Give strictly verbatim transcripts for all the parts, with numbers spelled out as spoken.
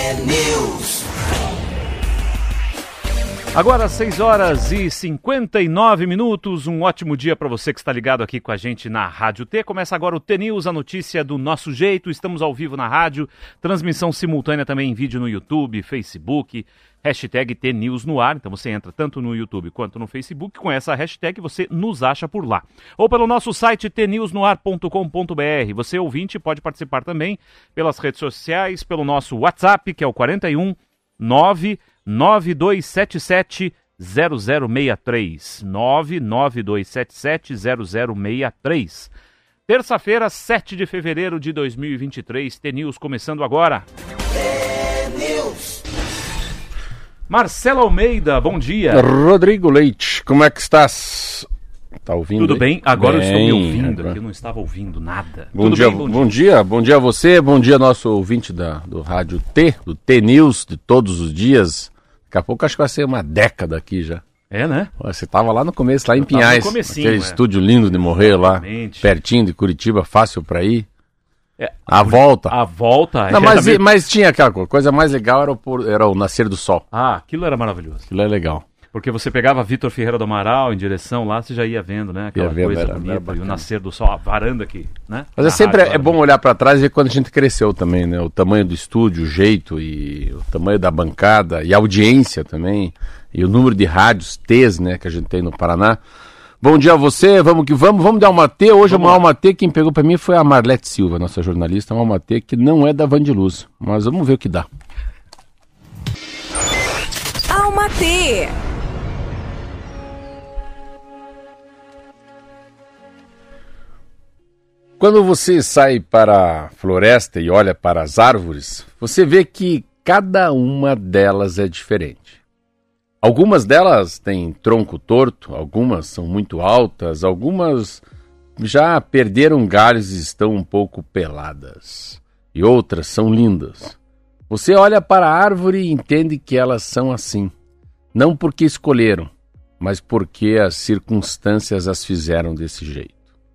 T-News. Agora, seis horas e cinquenta e nove minutos, um ótimo dia para você que está ligado aqui com a gente na Rádio T. Começa agora o T-News, a notícia do nosso jeito. Estamos ao vivo na rádio, transmissão simultânea também em vídeo no YouTube, Facebook, hashtag T-News no ar. Então você entra tanto no YouTube quanto no Facebook, com essa hashtag você nos acha por lá. Ou pelo nosso site t news no ar ponto com ponto b r. Você, ouvinte, pode participar também pelas redes sociais, pelo nosso WhatsApp, que é o quarenta e um, nove nove dois sete sete zero zero seis três. nove nove dois sete sete zero zero seis três. Terça-feira, sete de fevereiro de dois mil e vinte e três. T-News começando agora. T-News. Marcelo Almeida, bom dia. Rodrigo Leite, como é que estás? Tá ouvindo? Tudo aí? bem? Agora bem, eu estou me ouvindo, agora... aqui eu não estava ouvindo nada. Bom, Tudo dia, bem? Bom, bom dia. dia, bom dia a você, bom dia nosso ouvinte da, do Rádio T, do T-News, de todos os dias. Daqui a pouco acho que vai ser uma década aqui já. É, né? Você tava lá no começo, lá em Eu tava Pinhais, no comecinho, aquele é. estúdio lindo de morrer lá, Exatamente. pertinho de Curitiba, fácil pra ir. É, A volta. A volta... Não, é mas, também- mas tinha aquela coisa, coisa mais legal era o, pôr- era o nascer do sol. Ah, aquilo era maravilhoso. Aquilo é legal. Porque você pegava Vitor Ferreira do Amaral em direção lá, você já ia vendo, né? Aquela Ia vendo, coisa era- bonita, era e o bacana. nascer do sol, a varanda aqui, né? Mas é Na sempre rádio, é bom olhar pra trás e ver quando a gente cresceu também, né? O tamanho do estúdio, o jeito e o tamanho da bancada e a audiência também e o número de rádios T's, né, que a gente tem no Paraná. Bom dia a você, vamos que vamos, vamos dar uma T. Hoje Vamos uma lá. alma T, quem pegou pra mim foi a Marlete Silva, nossa jornalista, uma alma T que não é da Vandiluz, mas vamos ver o que dá. Alma T. Quando você sai para a floresta e olha para as árvores, você vê que cada uma delas é diferente. Algumas delas têm tronco torto, algumas são muito altas, algumas já perderam galhos e estão um pouco peladas, e outras são lindas. Você olha para a árvore e entende que elas são assim, não porque escolheram, mas porque as circunstâncias as fizeram desse jeito.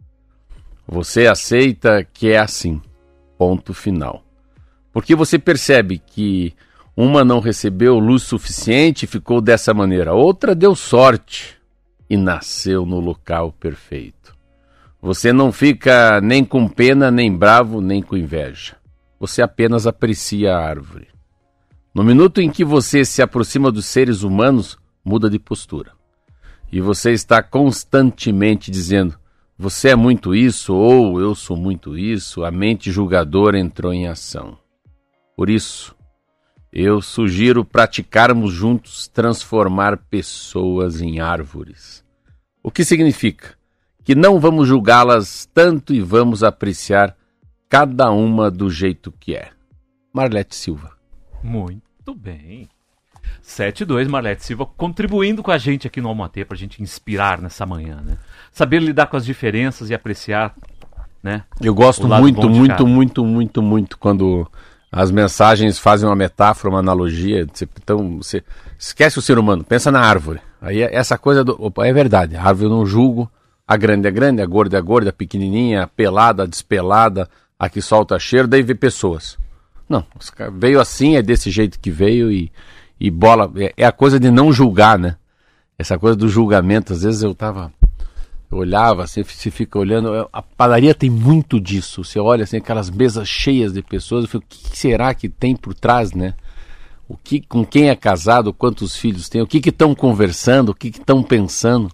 Você aceita que é assim, ponto final. Porque você percebe que uma não recebeu luz suficiente e ficou dessa maneira, outra deu sorte e nasceu no local perfeito. Você não fica nem com pena, nem bravo, nem com inveja. Você apenas aprecia a árvore. No minuto em que você se aproxima dos seres humanos, muda de postura. E você está constantemente dizendo: você é muito isso, ou eu sou muito isso, a mente julgadora entrou em ação. Por isso, eu sugiro praticarmos juntos transformar pessoas em árvores. O que significa? Que não vamos julgá-las tanto e vamos apreciar cada uma do jeito que é. Marlete Silva. Muito bem. sete dois, Marlete Silva, contribuindo com a gente aqui no Alma T, pra gente inspirar nessa manhã, né? Saber lidar com as diferenças e apreciar, né? Eu gosto o lado muito, bom de muito, cada. muito, muito, muito quando as mensagens fazem uma metáfora, uma analogia. Você, então, você esquece o ser humano, pensa na árvore. Aí essa coisa do... Opa, é verdade, a árvore eu não julgo. A grande é grande, a gorda é gorda, a pequenininha, a pelada, a despelada, a que solta cheiro, daí vê pessoas. Não, veio assim, é desse jeito que veio e... E bola, é, é a coisa de não julgar, né? Essa coisa do julgamento, às vezes eu tava, eu olhava assim, você fica olhando, a padaria tem muito disso, você olha assim, aquelas mesas cheias de pessoas, eu fico, o que será que tem por trás, né? O que, com quem é casado, quantos filhos tem, o que que estão conversando, o que que estão pensando.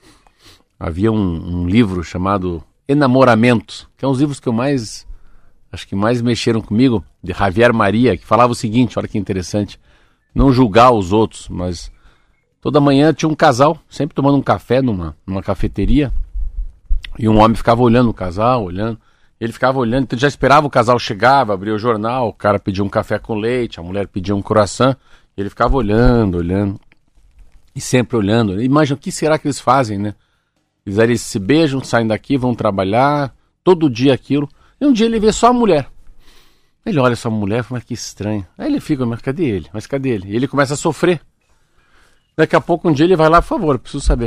Havia um, um livro chamado Enamoramentos, que é um dos livros que eu mais, acho que mais mexeram comigo, de Javier Maria, que falava o seguinte, olha que interessante: não julgar os outros, mas toda manhã tinha um casal, sempre tomando um café numa, numa cafeteria, e um homem ficava olhando o casal, olhando, ele ficava olhando, então já esperava o casal chegar, abria o jornal, o cara pedia um café com leite, a mulher pedia um croissant, e ele ficava olhando, olhando, e sempre olhando. Imagina, o que será que eles fazem, né? Eles, eles se beijam, saem daqui, vão trabalhar, todo dia aquilo, e um dia ele vê só a mulher. Ele olha essa mulher e fala, mas que estranho. Aí ele fica, mas cadê ele? Mas cadê ele? E ele começa a sofrer. Daqui a pouco um dia ele vai lá, por favor, eu preciso saber.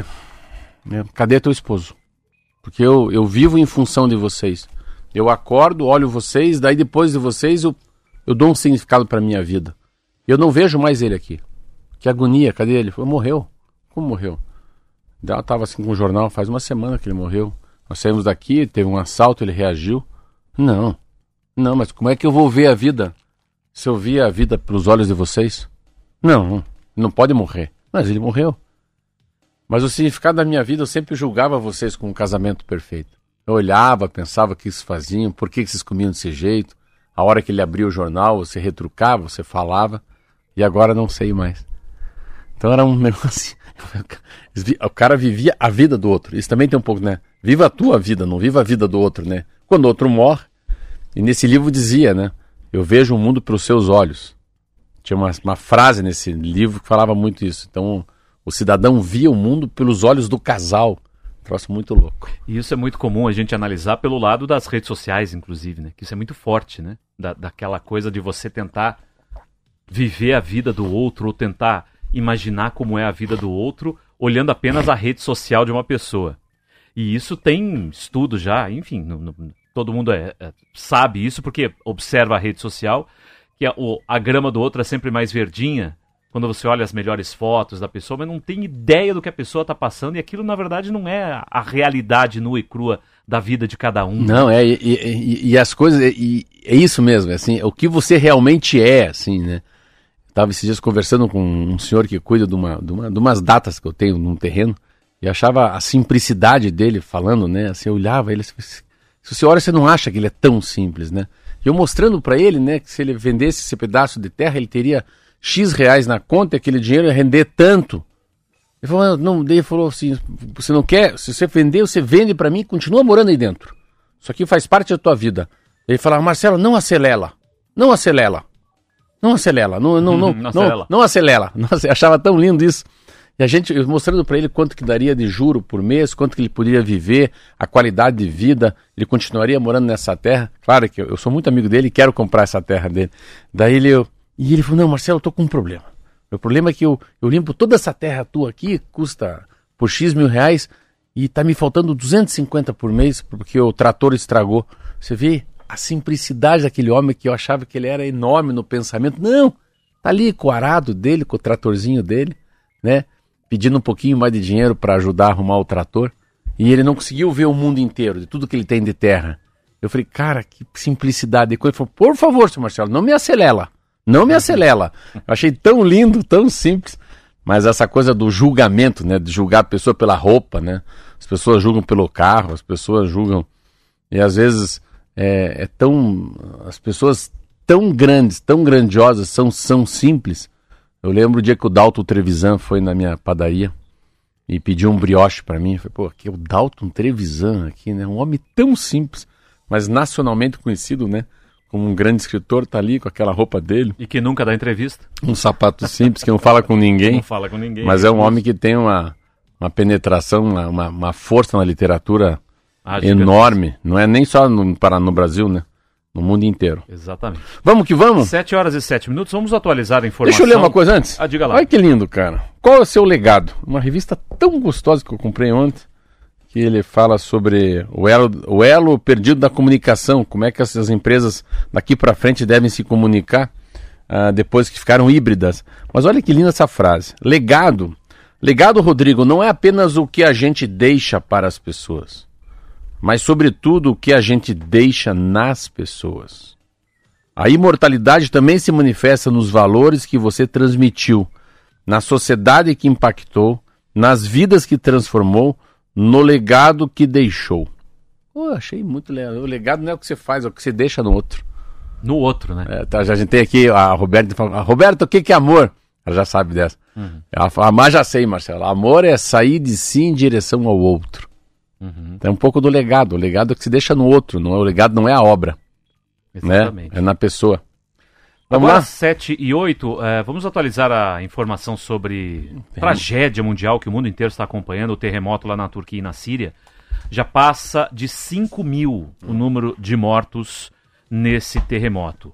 Cadê teu esposo? Porque eu, eu vivo em função de vocês. Eu acordo, olho vocês, daí depois de vocês eu, eu dou um significado para a minha vida. Eu não vejo mais ele aqui. Que agonia, cadê ele? Ele falou, morreu. Como morreu? Eu tava assim com o jornal, faz uma semana que ele morreu. Nós saímos daqui, teve um assalto, ele reagiu. Não, não, mas como é que eu vou ver a vida se eu vi a vida pelos olhos de vocês? Não, não pode morrer. Mas ele morreu. Mas o significado da minha vida, eu sempre julgava vocês com um casamento perfeito. Eu olhava, pensava o que vocês faziam, por que vocês comiam desse jeito. A hora que ele abria o jornal, você retrucava, você falava. E agora não sei mais. Então era um negócio... O cara vivia a vida do outro. Isso também tem um pouco, né? Viva a tua vida, não viva a vida do outro, né? Quando o outro morre. E nesse livro dizia, né? Eu vejo o mundo pelos seus olhos. Tinha uma, uma frase nesse livro que falava muito isso. Então, o cidadão via o mundo pelos olhos do casal. Um troço muito louco. E isso é muito comum a gente analisar pelo lado das redes sociais, inclusive, né? Que isso é muito forte, né? Da, daquela coisa de você tentar viver a vida do outro ou tentar imaginar como é a vida do outro olhando apenas a rede social de uma pessoa. E isso tem estudo já, enfim, no, no, todo mundo é, é, sabe isso porque observa a rede social, que a, o, a grama do outro é sempre mais verdinha quando você olha as melhores fotos da pessoa, mas não tem ideia do que a pessoa está passando e aquilo na verdade não é a, a realidade nua e crua da vida de cada um. Não, é, e, e, e as coisas, e, é isso mesmo, é assim, o que você realmente é, assim, né? Estava esses dias conversando com um senhor que cuida de, uma, de, uma, de umas datas que eu tenho num terreno e achava a simplicidade dele falando, né? Assim, eu olhava ele, se você olha, você não acha que ele é tão simples, né? E eu mostrando para ele, né, que se ele vendesse esse pedaço de terra, ele teria X reais na conta e aquele dinheiro ia render tanto. Ele falou, não, ele falou assim, você não quer, se você vender, você vende para mim e continua morando aí dentro. Isso aqui faz parte da tua vida. Ele falava, Marcelo, não acelera, não acelera. Não acelera, não, não, não, não, não, não acelera. Nossa, eu achava tão lindo isso. E a gente, eu mostrando para ele quanto que daria de juro por mês, quanto que ele poderia viver, a qualidade de vida, ele continuaria morando nessa terra. Claro que eu, eu sou muito amigo dele e quero comprar essa terra dele. Daí ele, eu, e ele falou, não, Marcelo, eu tô com um problema. O problema é que eu, eu limpo toda essa terra tua aqui, custa por X mil reais, e tá me faltando duzentos e cinquenta por mês, porque o trator estragou. Você vê a simplicidade daquele homem que eu achava que ele era enorme no pensamento. Não, tá ali com o arado dele, com o tratorzinho dele, né? Pedindo um pouquinho mais de dinheiro para ajudar a arrumar o trator. E ele não conseguiu ver o mundo inteiro, de tudo que ele tem de terra. Eu falei, cara, que simplicidade. E ele falou, por favor, senhor Marcelo, não me acelera. Não me acelera. Eu achei tão lindo, tão simples. Mas essa coisa do julgamento, né? De julgar a pessoa pela roupa, né? As pessoas julgam pelo carro, as pessoas julgam... E às vezes... É, é tão, as pessoas tão grandes, tão grandiosas, são, são simples. Eu lembro o dia que o Dalton Trevisan foi na minha padaria e pediu um brioche para mim. Eu falei, pô, aqui é o Dalton Trevisan aqui, né? Um homem tão simples, mas nacionalmente conhecido, né? Como um grande escritor, tá ali com aquela roupa dele. E que nunca dá entrevista. Um sapato simples, que não fala com ninguém. Não fala com ninguém. Mas é um homem que tem uma, uma penetração, uma, uma, uma força na literatura... Ah, enorme, não é nem só no, para, no Brasil, né? No mundo inteiro. Exatamente. Vamos que vamos? sete horas e sete minutos, vamos atualizar a informação. Deixa eu ler uma coisa antes. Ah, diga lá. Olha que lindo, cara. Qual é o seu legado? Uma revista tão gostosa que eu comprei ontem, que ele fala sobre o elo, o elo perdido da comunicação, como é que essas empresas daqui para frente devem se comunicar uh, depois que ficaram híbridas. Mas olha que linda essa frase. Legado. Legado, Rodrigo, não é apenas o que a gente deixa para as pessoas, mas, sobretudo, o que a gente deixa nas pessoas. A imortalidade também se manifesta nos valores que você transmitiu, na sociedade que impactou, nas vidas que transformou, no legado que deixou. Pô, achei muito legal. O legado não é o que você faz, é o que você deixa no outro. No outro, né? É, tá, já a gente tem aqui a Roberta falando, Roberta, o que, que é amor? Ela já sabe dessa. Uhum. Ela fala, mas já sei, Marcelo. Amor é sair de si em direção ao outro. Uhum. Então é um pouco do legado. O legado é que se deixa no outro. Não é, o legado não é a obra. Exatamente. Né? É na pessoa. Vamos Agora, lá? sete e oito, é, vamos atualizar a informação sobre a tragédia mundial que o mundo inteiro está acompanhando, o terremoto lá na Turquia e na Síria. Já passa de cinco mil o número de mortos nesse terremoto.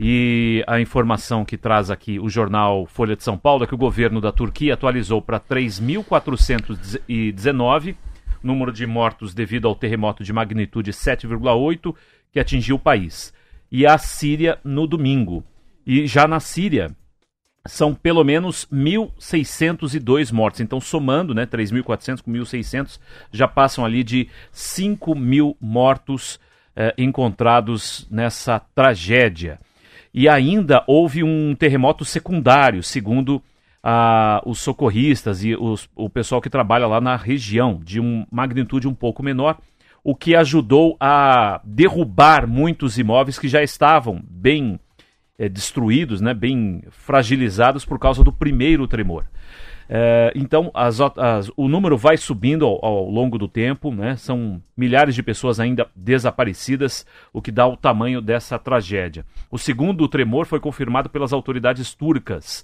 E a informação que traz aqui o jornal Folha de São Paulo é que o governo da Turquia atualizou para três mil quatrocentos e dezenove número de mortos devido ao terremoto de magnitude sete vírgula oito que atingiu o país. E a Síria no domingo. E já na Síria, são pelo menos mil seiscentos e dois mortos. Então, somando, né, três mil e quatrocentos com mil e seiscentos, já passam ali de cinco mil mortos eh, encontrados nessa tragédia. E ainda houve um terremoto secundário, segundo ah, os socorristas e os, o pessoal que trabalha lá na região, de uma magnitude um pouco menor, o que ajudou a derrubar muitos imóveis que já estavam bem É, destruídos, né, bem fragilizados por causa do primeiro tremor. É, então, as, as, o número vai subindo ao, ao longo do tempo, né, são milhares de pessoas ainda desaparecidas, o que dá o tamanho dessa tragédia. O segundo tremor foi confirmado pelas autoridades turcas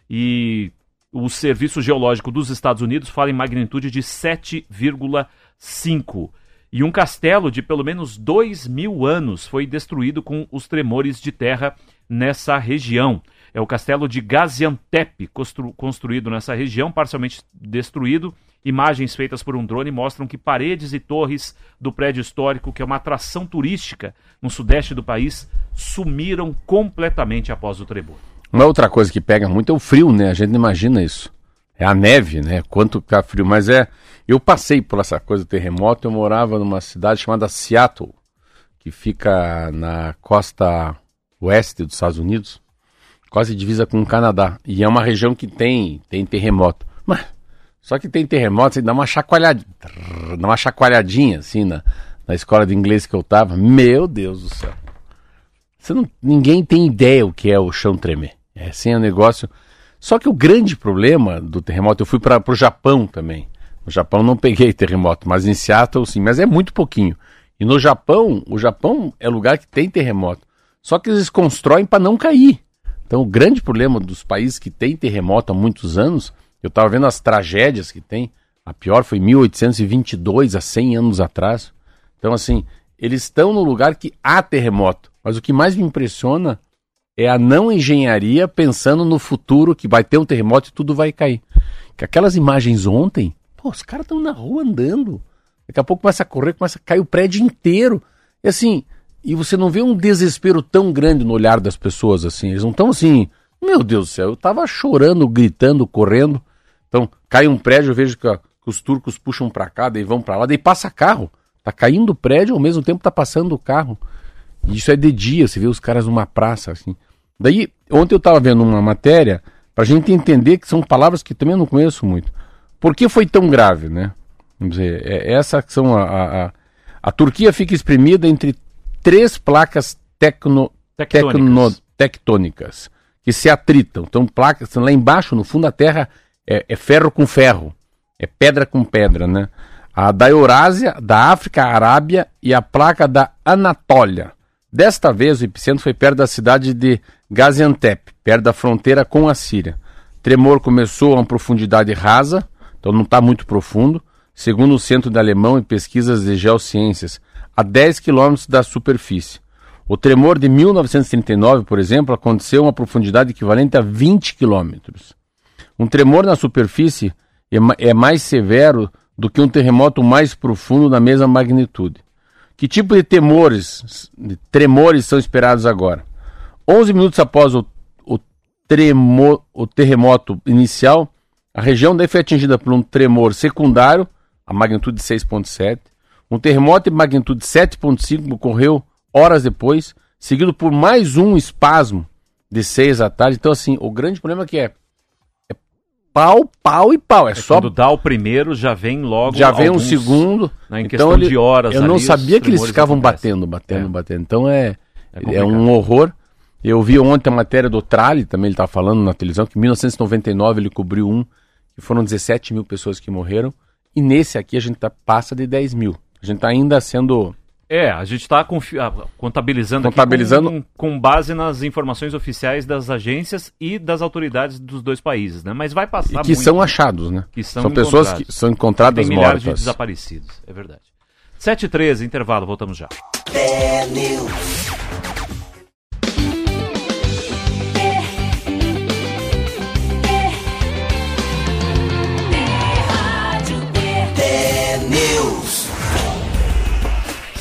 e o Serviço Geológico dos Estados Unidos fala em magnitude de sete vírgula cinco. E um castelo de pelo menos dois mil anos foi destruído com os tremores de terra nessa região. É o castelo de Gaziantep, constru- construído nessa região, parcialmente destruído. Imagens feitas por um drone mostram que paredes e torres do prédio histórico, que é uma atração turística no sudeste do país, sumiram completamente após o tremor. Uma outra coisa que pega muito é o frio, né? A gente não imagina isso. É a neve, né? Quanto fica frio. Mas é... Eu passei por essa coisa do terremoto. Eu morava numa cidade chamada Seattle, que fica na costa oeste dos Estados Unidos, quase divisa com o Canadá. E é uma região que tem, tem terremoto. Mas, só que tem terremoto, você dá uma chacoalhadinha, dá uma chacoalhadinha assim na, na escola de inglês que eu tava. Meu Deus do céu. Você não, ninguém tem ideia o que é o chão tremer. É assim, é um negócio... Só que o grande problema do terremoto, eu fui para o Japão também. No Japão não peguei terremoto, mas em Seattle sim, mas é muito pouquinho. E no Japão, o Japão é lugar que tem terremoto. Só que eles constroem para não cair. Então o grande problema dos países que tem terremoto há muitos anos, eu estava vendo as tragédias que tem, a pior foi em mil oitocentos e vinte e dois, há cem anos atrás. Então assim, eles estão no lugar que há terremoto. Mas o que mais me impressiona é a não engenharia pensando no futuro, que vai ter um terremoto e tudo vai cair. Que aquelas imagens ontem, pô, os caras estão na rua andando. Daqui a pouco começa a correr, começa a cair o prédio inteiro. E assim, e você não vê um desespero tão grande no olhar das pessoas assim. Eles não estão assim, meu Deus do céu, eu tava chorando, gritando, correndo. Então, cai um prédio, eu vejo que, ó, que os turcos puxam pra cá, daí vão pra lá, daí passa carro. Tá caindo o prédio, ao mesmo tempo tá passando o carro. E isso é de dia, você vê os caras numa praça, assim. Daí, ontem eu estava vendo uma matéria pra gente entender que são palavras que também eu não conheço muito. Por que foi tão grave, né? Vamos dizer, é, essa que são a, a, a... A Turquia fica espremida entre três placas tecno, Tectônicas. tecno, tectônicas que se atritam. Então, placas, lá embaixo, no fundo da Terra, é, é ferro com ferro. É pedra com pedra, né? A da Eurásia, da África, a Arábia e a placa da Anatólia. Desta vez, o epicentro foi perto da cidade de Gaziantep, perto da fronteira com a Síria. O tremor começou a uma profundidade rasa, então não está muito profundo, segundo o Centro de Alemão e Pesquisas de Geociências, a dez quilômetros da superfície. O tremor de mil novecentos e trinta e nove, por exemplo, aconteceu a uma profundidade equivalente a vinte quilômetros. Um tremor na superfície é, é mais severo do que um terremoto mais profundo da mesma magnitude. Que tipo de temores, de tremores são esperados agora? onze minutos após o, o, tremor, o terremoto inicial, a região daí foi atingida por um tremor secundário, a magnitude seis ponto sete. Um terremoto de magnitude sete ponto cinco ocorreu horas depois, seguido por mais um espasmo de seis da tarde. Então, assim, o grande problema é que é, é pau, pau e pau. É, é só... Quando dá o primeiro, já vem logo Já vem alguns, um segundo. né, em então, questão ele, de horas eu ali, não sabia que eles ficavam acontecem. batendo, batendo, É. batendo. Então, é, É é um horror. Eu vi ontem a matéria do Trali, também ele estava falando na televisão, que em mil novecentos e noventa e nove ele cobriu um, que foram dezessete mil pessoas que morreram. E nesse aqui a gente tá, passa de dez mil. A gente está ainda sendo... É, a gente está confi... contabilizando, Contabilizando. aqui com, com base nas informações oficiais das agências e das autoridades dos dois países, né? Mas vai passar E que muito, são achados, né? que são, São pessoas que são encontradas Tem milhares de mortas. desaparecidos, é verdade. sete e treze, intervalo, voltamos já.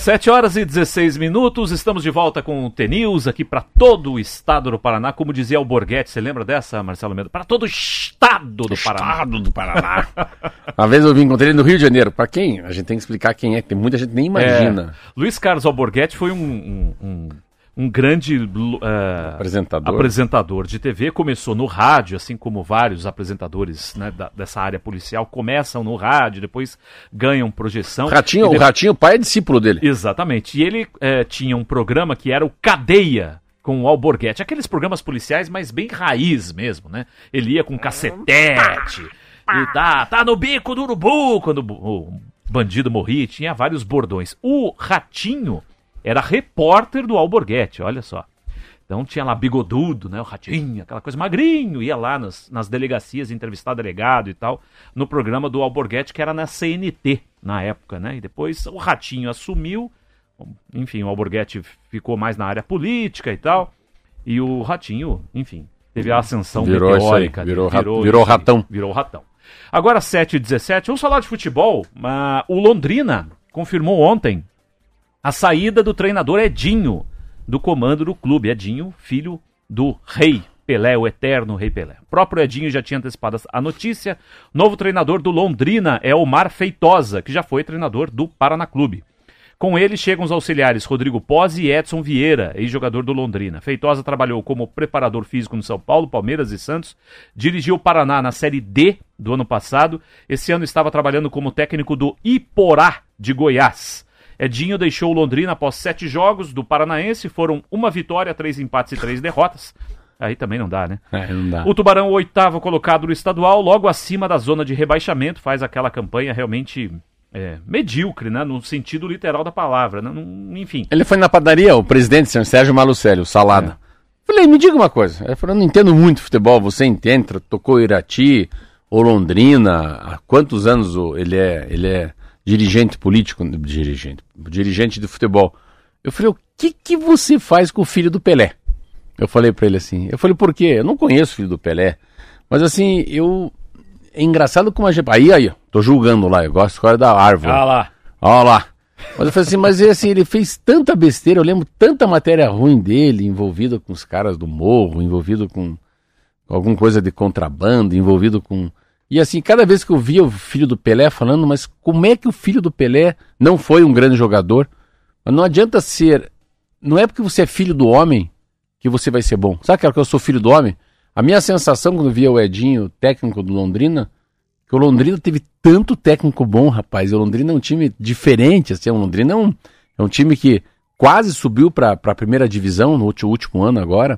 sete horas e dezesseis minutos, estamos de volta com o T-News aqui para todo o estado do Paraná, como dizia o Borghetti, você lembra dessa, Marcelo Mendes? Para todo o estado do Paraná. Estado do Paraná. Uma vez eu vim encontrei ele no Rio de Janeiro, para quem? A gente tem que explicar quem é, tem muita gente que nem imagina. É, Luiz Carlos Alborguete foi um, um, um, um grande uh, apresentador. apresentador de T V, começou no rádio, assim como vários apresentadores, né, da, dessa área policial, começam no rádio, depois ganham projeção. Ratinho, depois... O Ratinho, o pai é discípulo dele. Exatamente, e ele eh, tinha um programa que era o Cadeia, com o Alborguete, aqueles programas policiais, mas bem raiz mesmo, né? Ele ia com cacetete, e tá, tá no bico do urubu, quando o bandido morria, tinha vários bordões. O Ratinho era repórter do Alborguete, olha só. Então tinha lá bigodudo, né, o Ratinho, aquela coisa magrinho, ia lá nas, nas delegacias entrevistar delegado e tal, no programa do Alborguete, que era na C N T, na época, né? E depois o Ratinho assumiu, enfim, o Alborguete ficou mais na área política e tal, e o Ratinho, enfim, teve a ascensão virou meteórica. Aí, virou, dele, virou, virou aí, ratão. Virou ratão. Agora, sete e dezessete, vamos falar de futebol. Uh, o Londrina confirmou ontem a saída do treinador Edinho, do comando do clube. Edinho, filho do Rei Pelé, o eterno Rei Pelé. O próprio Edinho já tinha antecipado a notícia. Novo treinador do Londrina é Omar Feitosa, que já foi treinador do Paraná Clube. Com ele chegam os auxiliares Rodrigo Pozzi e Edson Vieira, ex-jogador do Londrina. Feitosa trabalhou como preparador físico no São Paulo, Palmeiras e Santos. Dirigiu o Paraná na Série D do ano passado. Esse ano estava trabalhando como técnico do Iporá de Goiás. Edinho deixou o Londrina após sete jogos do Paranaense. Foram uma vitória, três empates e três derrotas. Aí também não dá, né? É, não dá. O Tubarão, o oitavo colocado no estadual, logo acima da zona de rebaixamento, faz aquela campanha realmente... É, medíocre, né? No sentido literal da palavra, né? Não, enfim. Ele foi na padaria, o presidente, senhor Sérgio Malucelli, o Salada. É. Falei, me diga uma coisa. Ele falou, eu não entendo muito futebol, você entende? Tocou Irati, ou Londrina, há quantos anos ele é, ele é dirigente político, dirigente, dirigente de futebol. Eu falei, o que que você faz com o filho do Pelé? Eu falei pra ele assim, eu falei, por quê? Eu não conheço o filho do Pelé, mas assim, eu... É engraçado como a gente... Aí, aí, tô julgando lá, eu gosto agora da árvore. Ah lá. Olha lá. Mas eu falei assim, mas assim, ele fez tanta besteira, eu lembro tanta matéria ruim dele, envolvido com os caras do morro, envolvido com alguma coisa de contrabando, envolvido com... E assim, cada vez que eu via o filho do Pelé falando, mas como é que o filho do Pelé não foi um grande jogador? Mas não adianta ser... Não é porque você é filho do homem que você vai ser bom. Sabe que eu sou filho do homem? A minha sensação quando via o Edinho, técnico do Londrina, que o Londrina teve tanto técnico bom, rapaz. O Londrina é um time diferente, assim, o Londrina é um, é um time que quase subiu para a primeira divisão no último, último ano agora,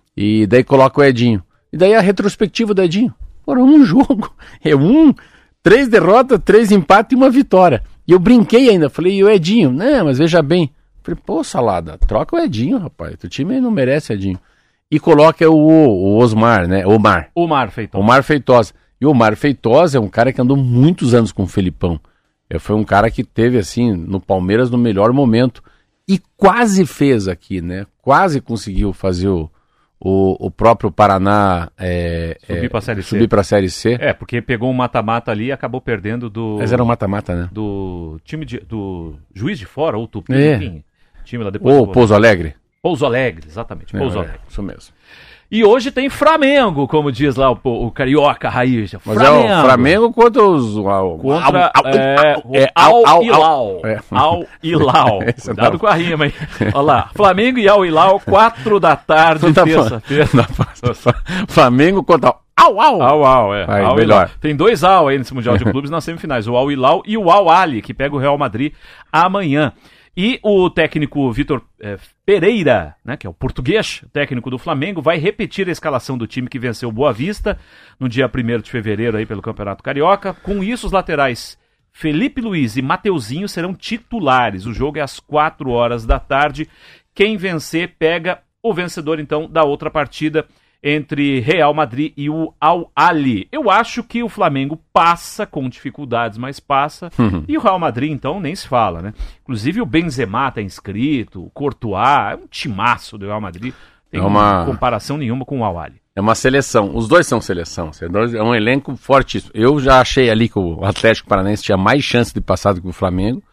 e daí coloca o Edinho. E daí a retrospectiva do Edinho. Porra, um jogo, é um, três derrotas, três empates e uma vitória. E eu brinquei ainda, falei, e o Edinho? Não, mas veja bem. Falei, pô, Salada, troca o Edinho, rapaz, teu time não merece Edinho. E coloca o, o Osmar, né? Omar. Omar Feitosa. Omar Feitosa. E o Omar Feitosa é um cara que andou muitos anos com o Felipão. É, foi um cara que teve, assim, no Palmeiras no melhor momento. E quase fez aqui, né? Quase conseguiu fazer o, o, o próprio Paraná é, subir é, para a Série C. Subir para a Série C. É, porque pegou um mata-mata ali e acabou perdendo do... Mas era um mata-mata, né? Do time de, do Juiz de Fora, ou Tupi, é. enfim. Time lá depois. Ou Pouso Alegre. Pouso Alegre, exatamente. Pouso é, Alegre. Isso mesmo. E hoje tem Flamengo, como diz lá o, o carioca raiz. Mas Flamengo. É o Flamengo contra os... Contra ao, é, o é, Al, Al Hilal. É. Al Hilal. Cuidado com a rima, hein? Olha lá. Flamengo e Al Hilal, quatro da tarde, tá terça-feira. Flamengo contra... Au, au. Au, au, é. Aí, Al melhor. Hilal. Tem dois Al aí nesse Mundial de Clubes nas semifinais. O Al Hilal e o Al Ali, que pega o Real Madrid amanhã. E o técnico Vitor eh, Pereira, né, que é o português, técnico do Flamengo, vai repetir a escalação do time que venceu o Boa Vista no dia primeiro de fevereiro aí pelo Campeonato Carioca. Com isso, os laterais Felipe Luiz e Mateuzinho serão titulares. O jogo é às quatro horas da tarde. Quem vencer pega o vencedor, então, da outra partida entre Real Madrid e o Al Ali. Eu acho que o Flamengo passa com dificuldades, mas passa. Uhum. E o Real Madrid, então, nem se fala, né? Inclusive o Benzema está inscrito, o Courtois, é um timaço do Real Madrid. Tem é uma... comparação nenhuma com o Al Ali. É uma seleção, os dois são seleção, é um elenco fortíssimo. Eu já achei ali que o Atlético Paranaense tinha mais chance de passar do que o Flamengo.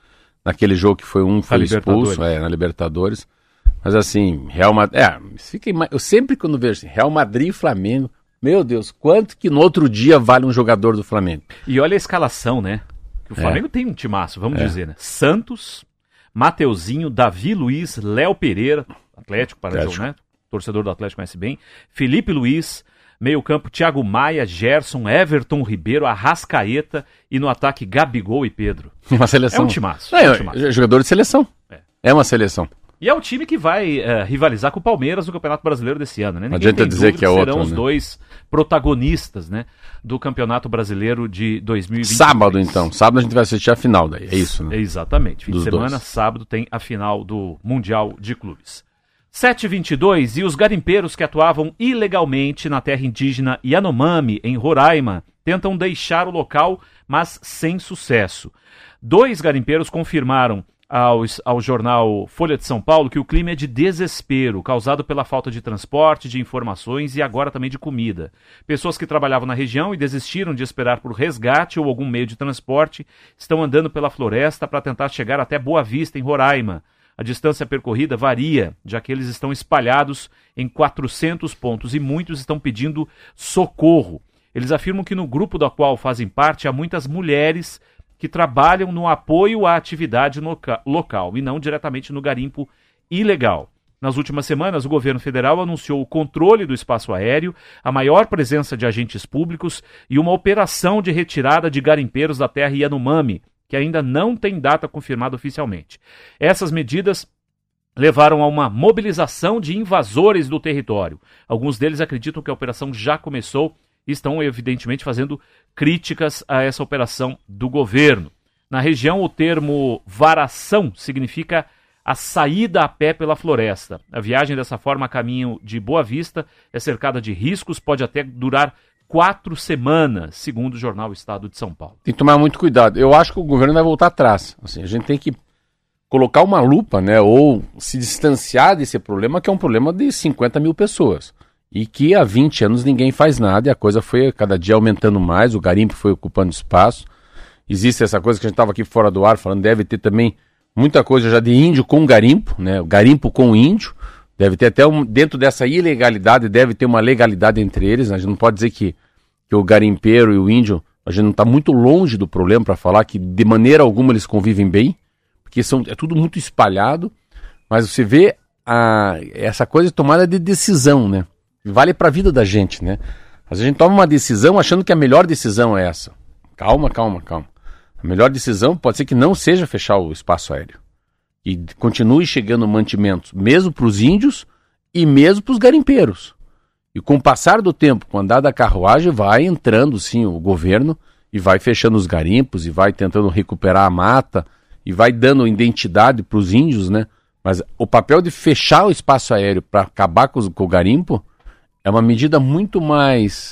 naquele jogo que foi um foi expulso, é, na Libertadores. Mas assim, Real Madrid, é, fica, eu sempre quando vejo assim, Real Madrid e Flamengo, meu Deus, quanto que no outro dia vale um jogador do Flamengo? E olha a escalação, né? Que o Flamengo é. tem um timaço, vamos é. dizer, né? Santos, Mateuzinho, Davi Luiz, Léo Pereira, Atlético, Atlético. né? Torcedor do Atlético conhece bem, Felipe Luiz, meio campo, Thiago Maia, Gerson, Everton Ribeiro, Arrascaeta e no ataque Gabigol e Pedro. Uma seleção. É um timaço. É, é um timaço. Jogador de seleção. É, é uma seleção. E é o time que vai uh, rivalizar com o Palmeiras no Campeonato Brasileiro desse ano, né? Não adianta dizer que é outro, serão né? os dois protagonistas, né, do Campeonato Brasileiro de dois mil e vinte e três. Sábado, então. Sábado a gente vai assistir a final daí, é isso, né? Exatamente. Fim Dos de semana, dois. sábado, tem a final do Mundial de Clubes. sete e vinte e dois, e os garimpeiros que atuavam ilegalmente na terra indígena Yanomami, em Roraima, tentam deixar o local, mas sem sucesso. Dois garimpeiros confirmaram Ao, ao jornal Folha de São Paulo que o clima é de desespero, causado pela falta de transporte, de informações e agora também de comida. Pessoas que trabalhavam na região e desistiram de esperar por resgate ou algum meio de transporte estão andando pela floresta para tentar chegar até Boa Vista, em Roraima. A distância percorrida varia, já que eles estão espalhados em quatrocentos pontos e muitos estão pedindo socorro. Eles afirmam que no grupo do qual fazem parte há muitas mulheres que trabalham no apoio à atividade loca- local e não diretamente no garimpo ilegal. Nas últimas semanas, o governo federal anunciou o controle do espaço aéreo, a maior presença de agentes públicos e uma operação de retirada de garimpeiros da terra Yanomami, que ainda não tem data confirmada oficialmente. Essas medidas levaram a uma mobilização de invasores do território. Alguns deles acreditam que a operação já começou e estão, evidentemente, fazendo críticas a essa operação do governo. Na região, o termo varação significa a saída a pé pela floresta. A viagem dessa forma a caminho de Boa Vista é cercada de riscos, pode até durar quatro semanas, segundo o jornal Estado de São Paulo. Tem que tomar muito cuidado. Eu acho que o governo vai voltar atrás. Assim, a gente tem que colocar uma lupa, né, ou se distanciar desse problema, que é um problema de cinquenta mil pessoas. E que há vinte anos ninguém faz nada e a coisa foi cada dia aumentando mais, o garimpo foi ocupando espaço. Existe essa coisa que a gente estava aqui fora do ar falando, deve ter também muita coisa já de índio com garimpo, né? O garimpo com índio, deve ter até um, dentro dessa ilegalidade, deve ter uma legalidade entre eles, né? A gente não pode dizer que, que o garimpeiro e o índio, a gente não está muito longe do problema para falar que de maneira alguma eles convivem bem, porque são, é tudo muito espalhado, mas você vê a, essa coisa de tomada de decisão, né? Vale para a vida da gente, né? Às vezes a gente toma uma decisão achando que a melhor decisão é essa. Calma, calma, calma. A melhor decisão pode ser que não seja fechar o espaço aéreo. E continue chegando mantimentos, mesmo para os índios e mesmo para os garimpeiros. E com o passar do tempo, com o andar da carruagem, vai entrando sim o governo e vai fechando os garimpos e vai tentando recuperar a mata e vai dando identidade para os índios, né? Mas o papel de fechar o espaço aéreo para acabar com, os, com o garimpo é uma medida muito mais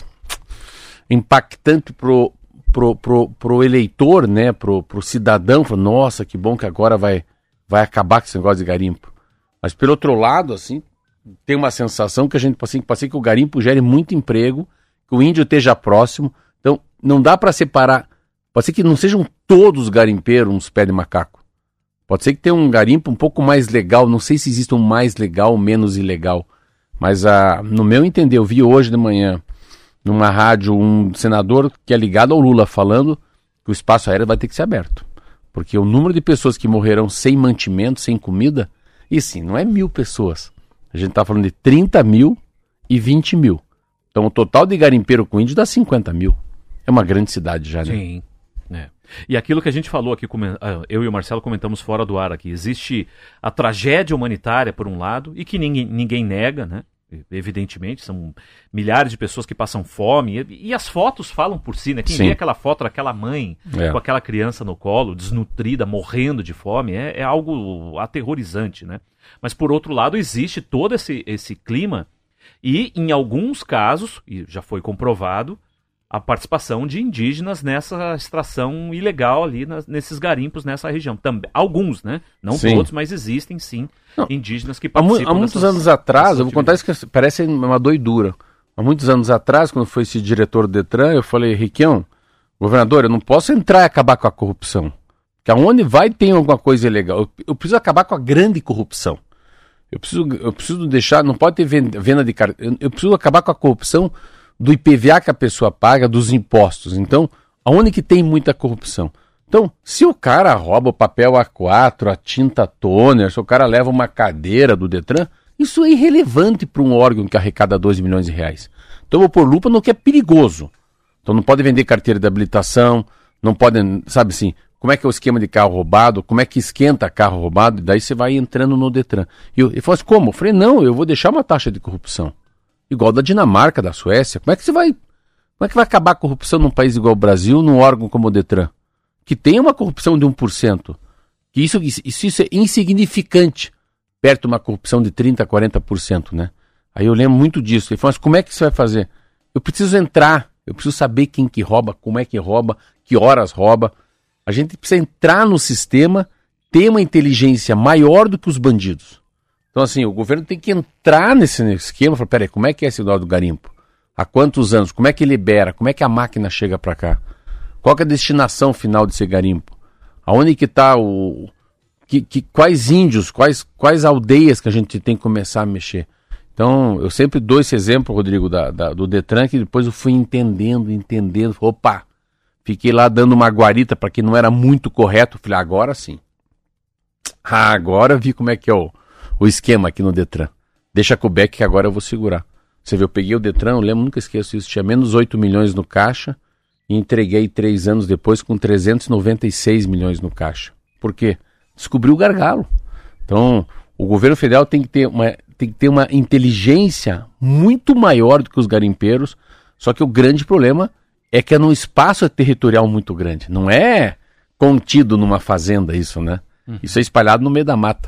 impactante pro, pro, pro, pro eleitor, né? Pro, pro cidadão. Fala, nossa, que bom que agora vai, vai acabar com esse negócio de garimpo. Mas pelo outro lado, assim, tem uma sensação que a gente assim, pode ser que o garimpo gere muito emprego, que o índio esteja próximo. Então, não dá para separar. Pode ser que não sejam todos garimpeiros uns pé de macaco. Pode ser que tenha um garimpo um pouco mais legal. Não sei se existe um mais legal ou menos ilegal. Mas, ah, no meu entender, eu vi hoje de manhã, numa rádio, um senador que é ligado ao Lula falando que o espaço aéreo vai ter que ser aberto. Porque o número de pessoas que morrerão sem mantimento, sem comida, e sim, não é mil pessoas. A gente está falando de trinta mil e vinte mil. Então, o total de garimpeiro com índio dá cinquenta mil. É uma grande cidade já, né? Sim. É. E aquilo que a gente falou aqui, eu e o Marcelo comentamos fora do ar aqui, existe a tragédia humanitária por um lado, e que ninguém, ninguém nega, né? Evidentemente, são milhares de pessoas que passam fome, e, e as fotos falam por si, né? Quem Sim. vê aquela foto daquela mãe é. com aquela criança no colo, desnutrida, morrendo de fome, é, é algo aterrorizante, né? Mas por outro lado, existe todo esse, esse clima, e em alguns casos, e já foi comprovado, a participação de indígenas nessa extração ilegal ali nas, nesses garimpos nessa região. Também, alguns, né? Não sim. todos, mas existem sim Não. indígenas que Há, mu- participam há muitos dessas, anos atrás, eu vou contar isso que parece uma doidura. Há muitos anos atrás, quando foi esse diretor do Detran, eu falei, Riquião, governador, eu não posso entrar e acabar com a corrupção. Porque aonde vai tem alguma coisa ilegal. Eu, eu preciso acabar com a grande corrupção. Eu preciso, eu preciso deixar, não pode ter venda de carteira. Eu, eu preciso acabar com a corrupção do I P V A que a pessoa paga, dos impostos. Então, aonde que tem muita corrupção? Então, se o cara rouba o papel A quatro, a tinta toner, se o cara leva uma cadeira do Detran, isso é irrelevante para um órgão que arrecada doze milhões de reais. Então, eu vou pôr lupa no que é perigoso. Então, não pode vender carteira de habilitação, não pode, sabe assim, como é que é o esquema de carro roubado, como é que esquenta carro roubado, e daí você vai entrando no Detran. E eu, ele falou assim, como? Eu falei, não, eu vou deixar uma taxa de corrupção. Igual da Dinamarca, da Suécia. Como é que você vai, como é que vai acabar a corrupção num país igual o Brasil, num órgão como o Detran? Que tem uma corrupção de um por cento. Que isso, isso, isso é insignificante, perto de uma corrupção de trinta, quarenta por cento, né? Aí eu lembro muito disso. Ele falou, mas como é que você vai fazer? Eu preciso entrar, eu preciso saber quem que rouba, como é que rouba, que horas rouba. A gente precisa entrar no sistema, ter uma inteligência maior do que os bandidos. Então, assim, o governo tem que entrar nesse esquema e falar, peraí, como é que é esse sinal do garimpo? Há quantos anos? Como é que libera? Como é que a máquina chega para cá? Qual que é a destinação final desse garimpo? Aonde que está o... Que, que, quais índios, quais, quais aldeias que a gente tem que começar a mexer? Então, eu sempre dou esse exemplo, Rodrigo, da, da, do Detran, que depois eu fui entendendo, entendendo. Opa! Fiquei lá dando uma guarita para quem não era muito correto. Falei, agora sim. Ah, agora eu vi como é que é o, o esquema aqui no Detran. Deixa com o Beck que agora eu vou segurar. Você vê, eu peguei o Detran, eu lembro, nunca esqueço isso. Tinha menos oito milhões no caixa e entreguei três anos depois com trezentos e noventa e seis milhões no caixa. Por quê? Descobriu o gargalo. Então, o governo federal tem que ter uma, tem que ter uma inteligência muito maior do que os garimpeiros. Só que o grande problema é que é num espaço territorial muito grande. Não é contido numa fazenda isso, né? Uhum. Isso é espalhado no meio da mata.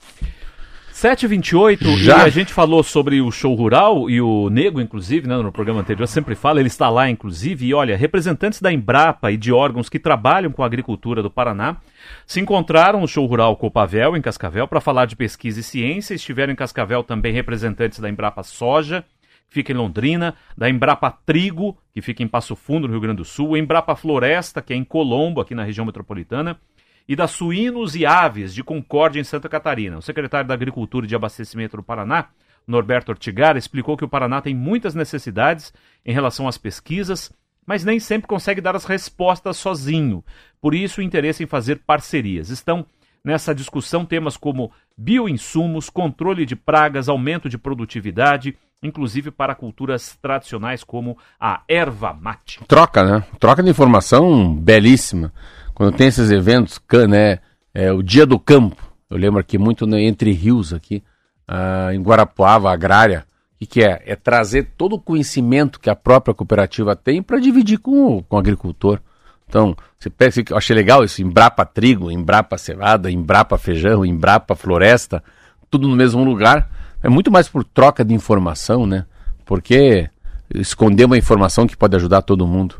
sete e vinte e oito, Já? E a gente falou sobre o show rural, e o Nego, inclusive, né, no programa anterior, sempre fala, ele está lá, inclusive, e olha, representantes da Embrapa e de órgãos que trabalham com a agricultura do Paraná se encontraram no show rural Copavel, em Cascavel, para falar de pesquisa e ciência. Estiveram em Cascavel também representantes da Embrapa Soja, que fica em Londrina, da Embrapa Trigo, que fica em Passo Fundo, no Rio Grande do Sul, Embrapa Floresta, que é em Colombo, aqui na região metropolitana, e da Suínos e Aves, de Concórdia, em Santa Catarina. O secretário da Agricultura e de Abastecimento do Paraná, Norberto Ortigara, explicou que o Paraná tem muitas necessidades em relação às pesquisas, mas nem sempre consegue dar as respostas sozinho. Por isso, o interesse em fazer parcerias. Estão nessa discussão temas como bioinsumos, controle de pragas, aumento de produtividade, inclusive para culturas tradicionais como a erva mate. Troca, né? Troca de informação belíssima. Quando tem esses eventos, né, é, o Dia do Campo, eu lembro aqui muito, né, Entre Rios, aqui, ah, em Guarapuava, agrária, o que, que é? É trazer todo o conhecimento que a própria cooperativa tem para dividir com o, com o agricultor. Então, você pensa que eu achei legal isso, Embrapa Trigo, Embrapa Cevada, Embrapa Feijão, Embrapa Floresta, tudo no mesmo lugar. É muito mais por troca de informação, né? Porque esconder uma informação que pode ajudar todo mundo.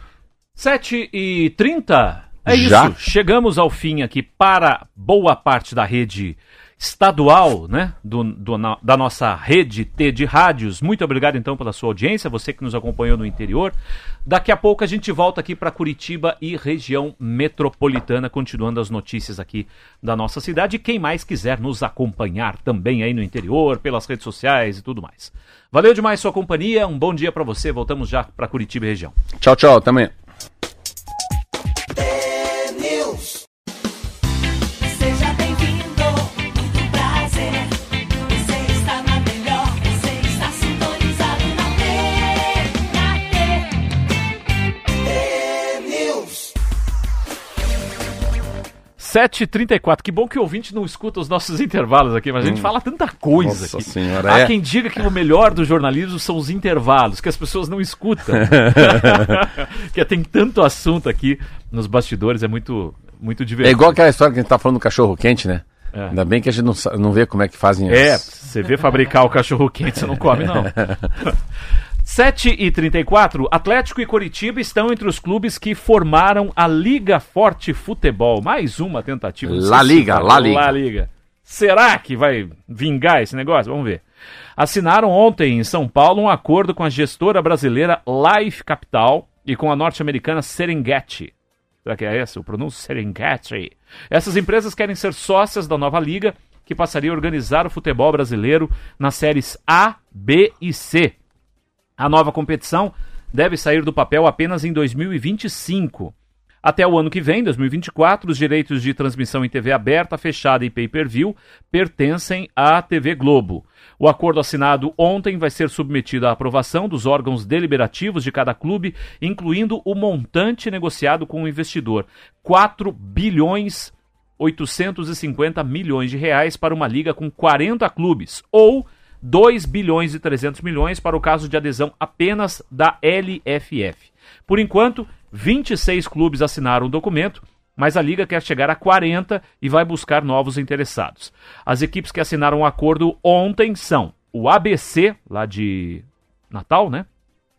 sete e trinta, é Já? isso. Chegamos ao fim aqui para boa parte da rede estadual, né? Do, do, na, da nossa rede T de rádios. Muito obrigado então pela sua audiência, você que nos acompanhou no interior. Daqui a pouco a gente volta aqui para Curitiba e região metropolitana, continuando as notícias aqui da nossa cidade. E quem mais quiser nos acompanhar também aí no interior, pelas redes sociais e tudo mais. Valeu demais sua companhia, um bom dia para você. Voltamos já para Curitiba e região. Tchau, tchau, também. Seja bem-vindo, muito prazer. Você está na melhor, você está sintonizado na T, na T. T-News. sete e trinta e quatro, que bom que o ouvinte não escuta os nossos intervalos aqui, mas a gente Hum. fala tanta coisa Nossa aqui. senhora, Há é. quem diga que o melhor do jornalismo são os intervalos, que as pessoas não escutam. Que tem tanto assunto aqui nos bastidores, é muito, muito É divertido. igual aquela história que a gente tá falando do cachorro quente, né? É. Ainda bem que a gente não, sa- não vê como é que fazem É, as... você vê fabricar o cachorro quente, você não come não. sete e trinta e quatro, Atlético e Coritiba estão entre os clubes que formaram a Liga Forte Futebol. Mais uma tentativa. não sei La se Liga, vai- La Liga. La Liga. Será que vai vingar esse negócio? Vamos ver. Assinaram ontem em São Paulo um acordo com a gestora brasileira Life Capital e com a norte-americana Serengeti. Será que é esse o pronúncio? Serengeti. Essas empresas querem ser sócias da nova liga, que passaria a organizar o futebol brasileiro nas séries A, B e C. A nova competição deve sair do papel apenas em dois mil e vinte e cinco. Até o ano que vem, dois mil e vinte e quatro, os direitos de transmissão em T V aberta, fechada e pay-per-view pertencem à T V Globo. O acordo assinado ontem vai ser submetido à aprovação dos órgãos deliberativos de cada clube, incluindo o montante negociado com o investidor. quatro bilhões oitocentos e cinquenta milhões de reais para uma liga com quarenta clubes, ou dois bilhões e trezentos milhões para o caso de adesão apenas da L F F. Por enquanto, vinte e seis clubes assinaram o documento, mas a liga quer chegar a quarenta e vai buscar novos interessados. As equipes que assinaram o acordo ontem são o A B C, lá de Natal, né?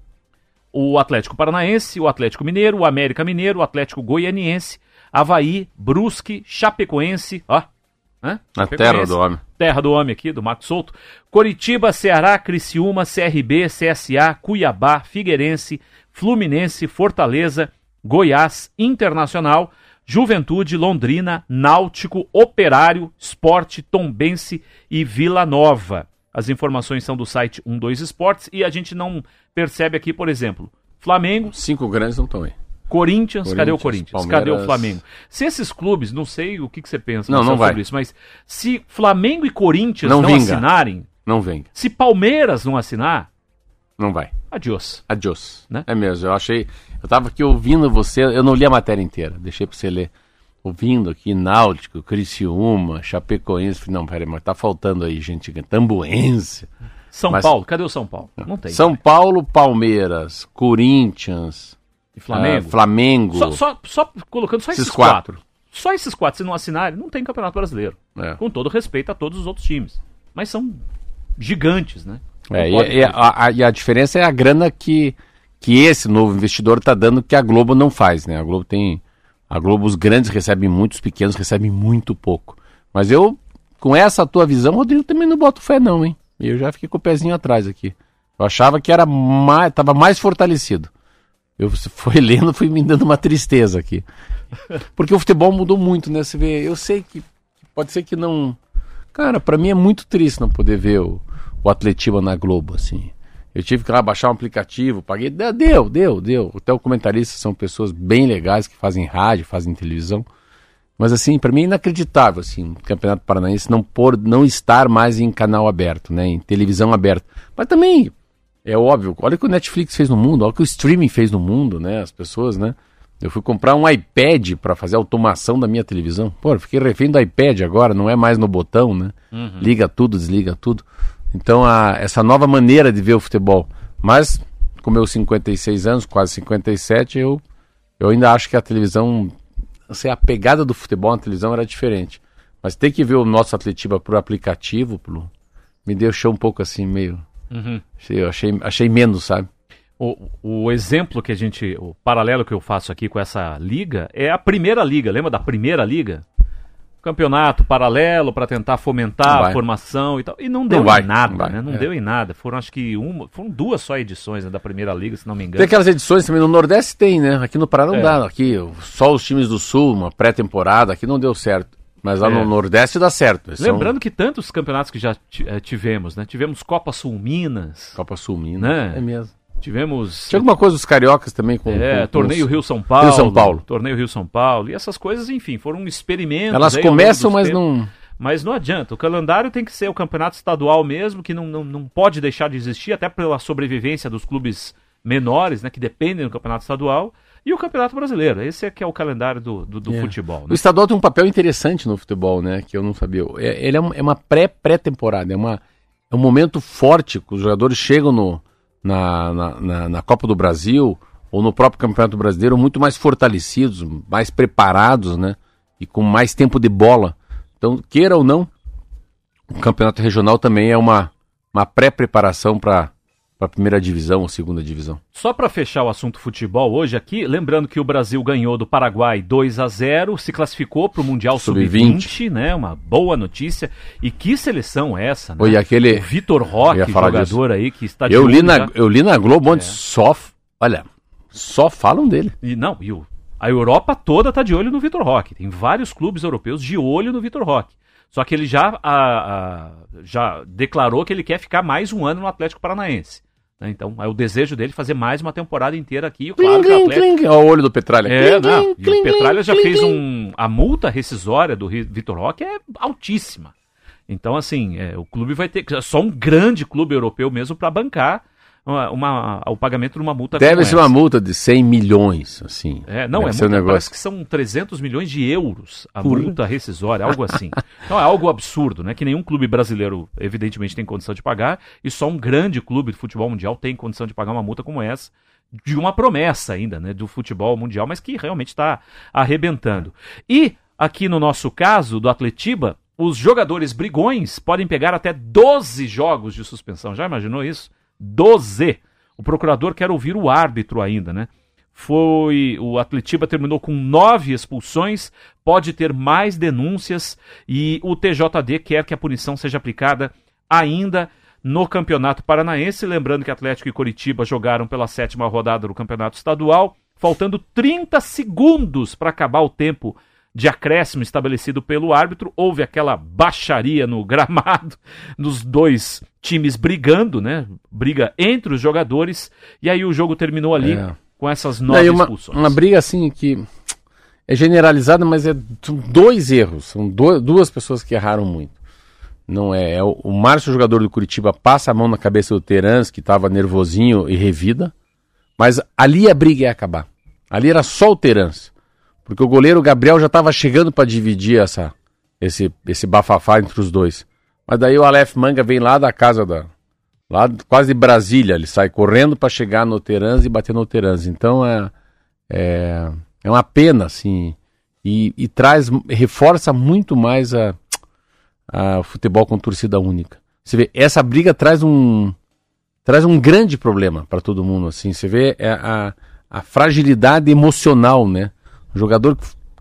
O Atlético Paranaense, o Atlético Mineiro, o América Mineiro, o Atlético Goianiense, Avaí, Brusque, Chapecoense, ó, né? A terra do homem. Terra do homem aqui, do Marcos Souto. Coritiba, Ceará, Criciúma, C R B, C S A, Cuiabá, Figueirense, Fluminense, Fortaleza, Goiás, Internacional, Juventude, Londrina, Náutico, Operário, Sport, Tombense e Vila Nova. As informações são do site doze Esportes e a gente não percebe aqui, por exemplo, Flamengo... Cinco grandes não estão aí. Corinthians, Corinthians, cadê o Corinthians? Palmeiras... Cadê o Flamengo? Se esses clubes, não sei o que, que você pensa não, não sobre vai. isso, mas se Flamengo e Corinthians não, não vinga. assinarem, não vem. Se Palmeiras não assinar, não vai. Adiós. Adiós. Né? É mesmo, eu achei... Eu tava aqui ouvindo você, eu não li a matéria inteira, deixei pra você ler. Ouvindo aqui, Náutico, Criciúma, Chapecoense, falei, não, peraí, mas tá faltando aí, gente, Tambuense. São mas... Paulo, cadê o São Paulo? Não tem. São né? Paulo, Palmeiras, Corinthians... E Flamengo? Uh, Flamengo. Só, só, só colocando só esses, esses quatro. quatro. Só esses quatro, se não assinarem, não tem Campeonato Brasileiro. É. Com todo respeito a todos os outros times. Mas são gigantes, né? É, e, e, a, a, e a diferença é a grana que, que esse novo investidor está dando que a Globo não faz, né? A Globo tem... A Globo, os grandes recebem muito, os pequenos recebem muito pouco. Mas eu, com essa tua visão, Rodrigo, também não boto fé não, hein? Eu já fiquei com o pezinho atrás aqui. Eu achava que era mais, tava mais fortalecido. Eu fui lendo, fui me dando uma tristeza aqui. Porque o futebol mudou muito, né? Você vê, eu sei que pode ser que não... Cara, pra mim é muito triste não poder ver o, o Atletiba na Globo, assim. Eu tive que lá baixar um aplicativo, paguei, deu, deu, deu. Até os comentaristas são pessoas bem legais que fazem rádio, fazem televisão. Mas assim, pra mim é inacreditável, assim, o Campeonato Paranaense não, por, não estar mais em canal aberto, né? Em televisão aberta. Mas também... É óbvio, olha o que o Netflix fez no mundo, olha o que o streaming fez no mundo, né? As pessoas, né? Eu fui comprar um iPad para fazer a automação da minha televisão. Pô, eu fiquei refém do iPad agora, não é mais no botão, né? Uhum. Liga tudo, desliga tudo. Então, a, essa nova maneira de ver o futebol. Mas, com meus cinquenta e seis anos, quase cinquenta e sete, eu, eu ainda acho que a televisão... Assim, a pegada do futebol na televisão era diferente. Mas ter que ver o nosso Atletiba por aplicativo, por, me deixou um pouco assim, meio... Uhum. Eu achei, achei menos, sabe? O, o exemplo que a gente, o paralelo que eu faço aqui com essa liga é a primeira liga, lembra da primeira liga? Campeonato paralelo para tentar fomentar a formação e tal. E não deu não em nada, não né? Não é. deu em nada. Foram acho que uma, foram duas só edições, né, da primeira liga, se não me engano. Tem aquelas edições também, no Nordeste tem, né? Aqui no Paraná não é. dá. Aqui só os times do Sul, uma pré-temporada, aqui não deu certo. Mas lá é. no Nordeste dá certo. Lembrando são... que tantos campeonatos que já tivemos, né? Tivemos Copa Sul Minas. Copa Sul Minas, né? É mesmo. Tivemos... Tinha alguma coisa dos cariocas também com... É, com, Torneio com... Rio-São Paulo. Rio-São Paulo. Torneio Rio-São Paulo. E essas coisas, enfim, foram experimentos. Elas aí, começam, mas tempos. não... Mas não adianta. O calendário tem que ser o campeonato estadual mesmo, que não, não, não pode deixar de existir, até pela sobrevivência dos clubes menores, né? Que dependem do campeonato estadual. E o Campeonato Brasileiro, esse é que é o calendário do, do, do é. futebol. Né? O estadual tem um papel interessante no futebol, né? Que eu não sabia. É, ele é, um, é uma pré-pré-temporada, é, uma, é um momento forte que os jogadores chegam no, na, na, na, na Copa do Brasil ou no próprio Campeonato Brasileiro muito mais fortalecidos, mais preparados, né? E com mais tempo de bola. Então, queira ou não, o Campeonato Regional também é uma, uma pré-preparação para... para a primeira divisão ou segunda divisão. Só para fechar o assunto futebol hoje aqui, lembrando que o Brasil ganhou do Paraguai dois a zero, se classificou para o Mundial sub vinte, né? Uma boa notícia. E que seleção é essa, né? Oi, aquele... O Vitor Roque, jogador disso. aí que está de eu li na já. Eu li na Globo onde é. só, olha, só falam dele. E não, e o A Europa toda está de olho no Vitor Roque. Tem vários clubes europeus de olho no Vitor Roque. Só que ele já, a, a, já declarou que ele quer ficar mais um ano no Atlético Paranaense. Né? Então, é o desejo dele fazer mais uma temporada inteira aqui. Claro que o Atlético... Olha o olho do Petralha. É, Clim, não. clim, E o clim, Petralha já clim, fez clim. um... A multa rescisória do Vitor Roque é altíssima. Então, assim, é, o clube vai ter... Só um grande clube europeu mesmo para bancar uma, uma, o pagamento de uma multa. Deve como ser essa. uma multa de cem milhões, assim. É, não, Deve é ser um multa, negócio. parece que são trezentos milhões de euros a Por- multa rescisória, algo assim. Então é algo absurdo, né? Que nenhum clube brasileiro, evidentemente, tem condição de pagar, e só um grande clube de futebol mundial tem condição de pagar uma multa como essa, de uma promessa ainda, né? Do futebol mundial, mas que realmente está arrebentando. E, aqui no nosso caso, do Atletiba, os jogadores brigões podem pegar até doze jogos de suspensão. Já imaginou isso? doze! O procurador quer ouvir o árbitro ainda, né? Foi, o Atletiba terminou com nove expulsões, pode ter mais denúncias e o T J D quer que a punição seja aplicada ainda no Campeonato Paranaense. Lembrando que Atlético e Coritiba jogaram pela sétima rodada do Campeonato Estadual, faltando trinta segundos para acabar o tempo de acréscimo estabelecido pelo árbitro. Houve aquela baixaria no gramado, nos dois times brigando, né? Briga entre os jogadores, e aí o jogo terminou ali É. com essas nove Daí uma, expulsões. uma briga assim que é generalizada, mas é são dois erros. São do- duas pessoas que erraram muito. Não é, é o, o Márcio, jogador do Curitiba, passa a mão na cabeça do Terans, que estava nervosinho e revida. Mas ali a briga ia acabar. Ali era só o Terans. Porque o goleiro Gabriel já estava chegando para dividir essa, esse, esse bafafá entre os dois. Mas daí o Aleph Manga vem lá da casa da... Lá quase de Brasília, ele sai correndo para chegar no Terans e bater no Terans. Então é, é, é uma pena, assim, e, e traz, reforça muito mais a, a futebol com torcida única. Você vê, essa briga traz um, traz um grande problema para todo mundo, assim. Você vê é a, a fragilidade emocional, né? Um jogador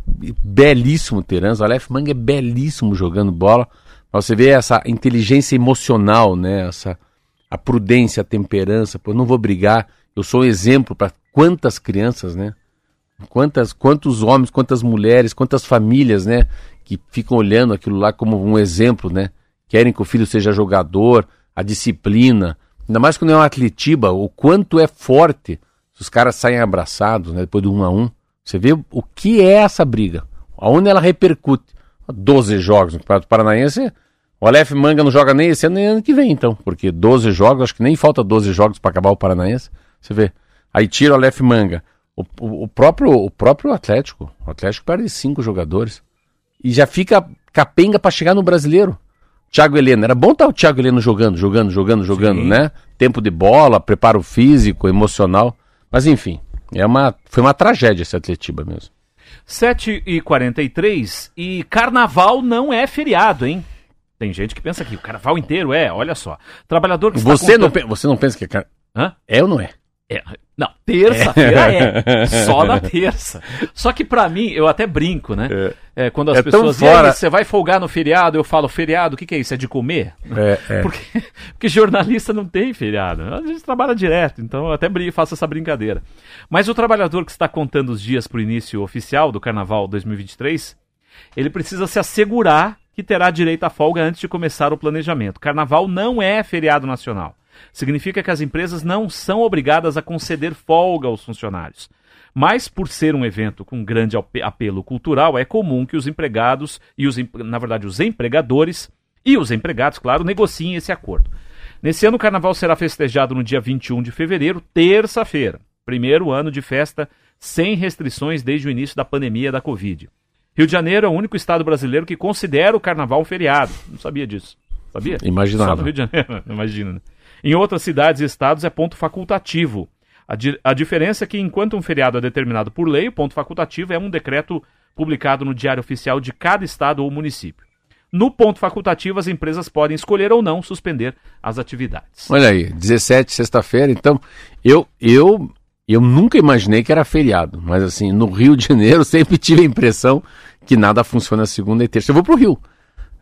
belíssimo, Terans, o Aleph Manga é belíssimo jogando bola, mas você vê essa inteligência emocional, né? Essa a prudência, a temperança, pô, eu não vou brigar, eu sou um exemplo para quantas crianças, né? Quantas, quantos homens, quantas mulheres, quantas famílias, né? Que ficam olhando aquilo lá como um exemplo, né? Querem que o filho seja jogador, a disciplina, ainda mais quando é um Atletiba, o quanto é forte, se os caras saem abraçados, né? Depois do um a um, você vê o que é essa briga, aonde ela repercute. doze jogos no Campeonato Paranaense. O Aleph Manga não joga nem esse ano nem ano que vem, então. Porque doze jogos, acho que nem falta doze jogos para acabar o Paranaense. Você vê. Aí tira o Aleph Manga. O, o, o, próprio, o próprio Atlético. O Atlético perde cinco jogadores. E já fica capenga para chegar no Brasileiro. Thiago Heleno. Era bom estar o Thiago Heleno jogando, jogando, jogando, jogando, Sim. né? Tempo de bola, preparo físico, emocional. Mas enfim, é uma, foi uma tragédia esse Atletiba mesmo. sete e quarenta e três e carnaval não é feriado, hein? Tem gente que pensa que o carnaval inteiro é, olha só. Trabalhador que está Você, não, contando... pe- você não pensa que é... car- Hã? É ou não é? É, não, terça-feira é. Só na terça. Só que pra mim, eu até brinco, né? É, quando as É tão pessoas fora- e aí, você vai folgar no feriado, eu falo, feriado, o que, que é isso? É de comer? É, é. Porque, porque jornalista não tem feriado. A gente trabalha direto, então eu até brin- faço essa brincadeira. Mas o trabalhador que está contando os dias para o início oficial do Carnaval dois mil e vinte e três, ele precisa se assegurar que terá direito à folga antes de começar o planejamento. Carnaval não é feriado nacional. Significa que as empresas não são obrigadas a conceder folga aos funcionários. Mas, por ser um evento com grande ape- apelo cultural, é comum que os empregados, e os, em- na verdade os empregadores, e os empregados, claro, negociem esse acordo. Nesse ano, o Carnaval será festejado no dia vinte e um de fevereiro, terça-feira. Primeiro ano de festa sem restrições desde o início da pandemia da Covid. Rio de Janeiro é o único estado brasileiro que considera o Carnaval um feriado. Não sabia disso. Sabia? Imaginava. Só no Rio de Janeiro, imagina, né? Em outras cidades e estados é ponto facultativo. A, di- a diferença é que, enquanto um feriado é determinado por lei, o ponto facultativo é um decreto publicado no Diário Oficial de cada estado ou município. No ponto facultativo, as empresas podem escolher ou não suspender as atividades. Olha aí, dezessete, sexta-feira, então, eu, eu, eu nunca imaginei que era feriado, mas assim, no Rio de Janeiro sempre tive a impressão que nada funciona segunda e terça. Eu vou pro Rio.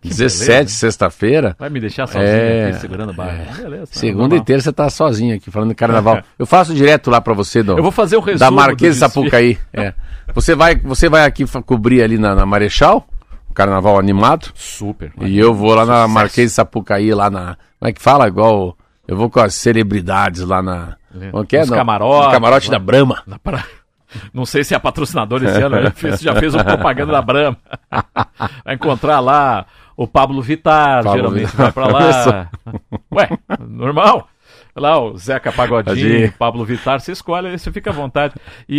dezessete, sexta-feira. Vai me deixar sozinho É, aqui segurando o barco. é. Ah, beleza, Segunda normal. e terça você tá sozinho aqui, falando de carnaval. Eu faço direto lá pra você, Dom. Eu vou fazer um resumo da Marquês de do desfile. Sapucaí. É. Você, vai, você vai aqui fa- cobrir ali na, na Marechal, o carnaval animado. Super. E eu vou lá na Sucesso. Marquês de Sapucaí, lá na. Como é que fala? Igual. Eu vou com as celebridades lá na. Como é que é? Os No- camarotes, no camarote lá. da Brahma. Na pra- Não sei se é patrocinador esse ano, já fez, já fez uma propaganda da Brahma. Vai encontrar lá o Pablo Vittar, Pablo geralmente Vittar. vai pra lá. Ué, normal. Lá o Zeca Pagodinho, Tadinho. Pablo Vittar, você escolhe, aí você fica à vontade.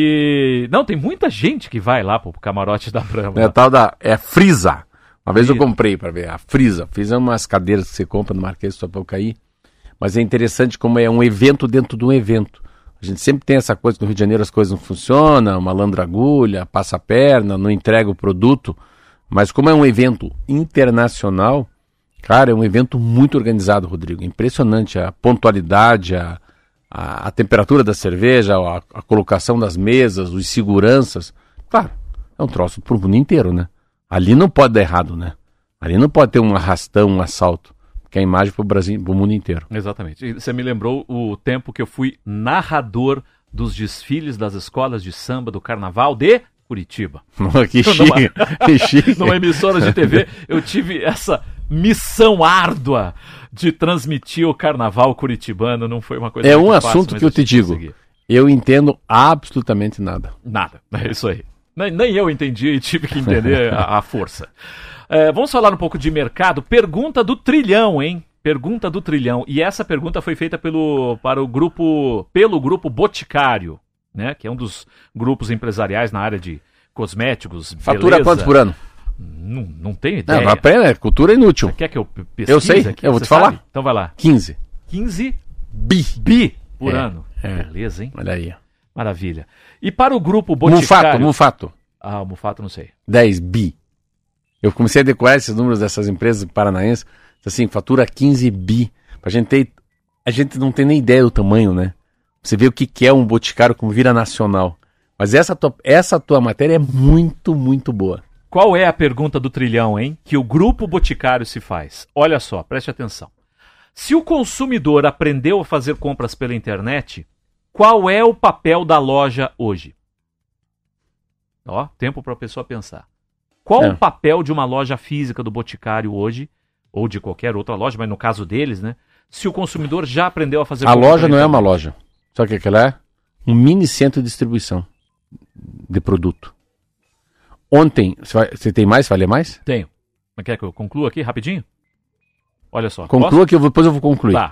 E não, tem muita gente que vai lá pro camarote da Brahma. É a tal da. É a Frisa. Uma vez eu Frisa. comprei pra ver. A Frisa. Frisa é umas cadeiras que você compra no Marquês de Sapucaí. Mas é interessante como é um evento dentro de um evento. A gente sempre tem essa coisa que no Rio de Janeiro as coisas não funcionam, malandro agulha, passa a perna, não entrega o produto. Mas como é um evento internacional, cara, é um evento muito organizado, Rodrigo. Impressionante a pontualidade, a, a, a temperatura da cerveja, a, a colocação das mesas, os seguranças. Claro, é um troço pro mundo inteiro, né? Ali não pode dar errado, né? Ali não pode ter um arrastão, um assalto. Que é a imagem pro Brasil, pro mundo inteiro. Exatamente. E você me lembrou o tempo que eu fui narrador dos desfiles das escolas de samba do Carnaval de Curitiba. que chique, que chique. Numa emissora de T V, eu tive essa missão árdua de transmitir o Carnaval curitibano. Não foi uma coisa É muito um fácil, assunto mas que eu te digo. consegui. Eu entendo absolutamente nada. Nada, é isso aí. Nem, nem eu entendi e tive que entender a, a força. É, vamos falar um pouco de mercado. Pergunta do trilhão, hein? Pergunta do trilhão. E essa pergunta foi feita pelo, para o grupo, pelo grupo Boticário, né? Que é um dos grupos empresariais na área de cosméticos, Fatura beleza. quanto por ano? Não, não tenho Não, ideia. mas pera, é cultura inútil. Quer que eu pe- pesquise Eu sei, aqui? eu vou Você te falar. sabe? Então vai lá. quinze. quinze Bi. bi por É, ano. é. Beleza, hein? Olha aí. Maravilha. E para o grupo Mufato, Boticário... Mufato. Ah, o Mufato não sei. dez bi. Eu comecei a decorar esses números dessas empresas paranaenses. Assim, fatura quinze bi. Pra gente ter... A gente não tem nem ideia do tamanho, né? Você vê o que que é um boticário como vira nacional. Mas essa tua, essa tua matéria é muito, muito boa. Qual é a pergunta do trilhão, hein? Que o grupo Boticário se faz. Olha só, preste atenção. Se o consumidor aprendeu a fazer compras pela internet, qual é o papel da loja hoje? Ó, tempo para a pessoa pensar. Qual É. o papel de uma loja física do Boticário hoje, ou de qualquer outra loja, mas no caso deles, né? Se o consumidor já aprendeu a fazer A compra loja pela não é uma internet. loja. Sabe o que que ela é? Um mini centro de distribuição de produto. Ontem, você, vai- você tem mais? Vai ler mais? Tenho. Mas quer que eu conclua aqui rapidinho? Olha só. Conclua que eu vou- depois eu vou concluir. Tá.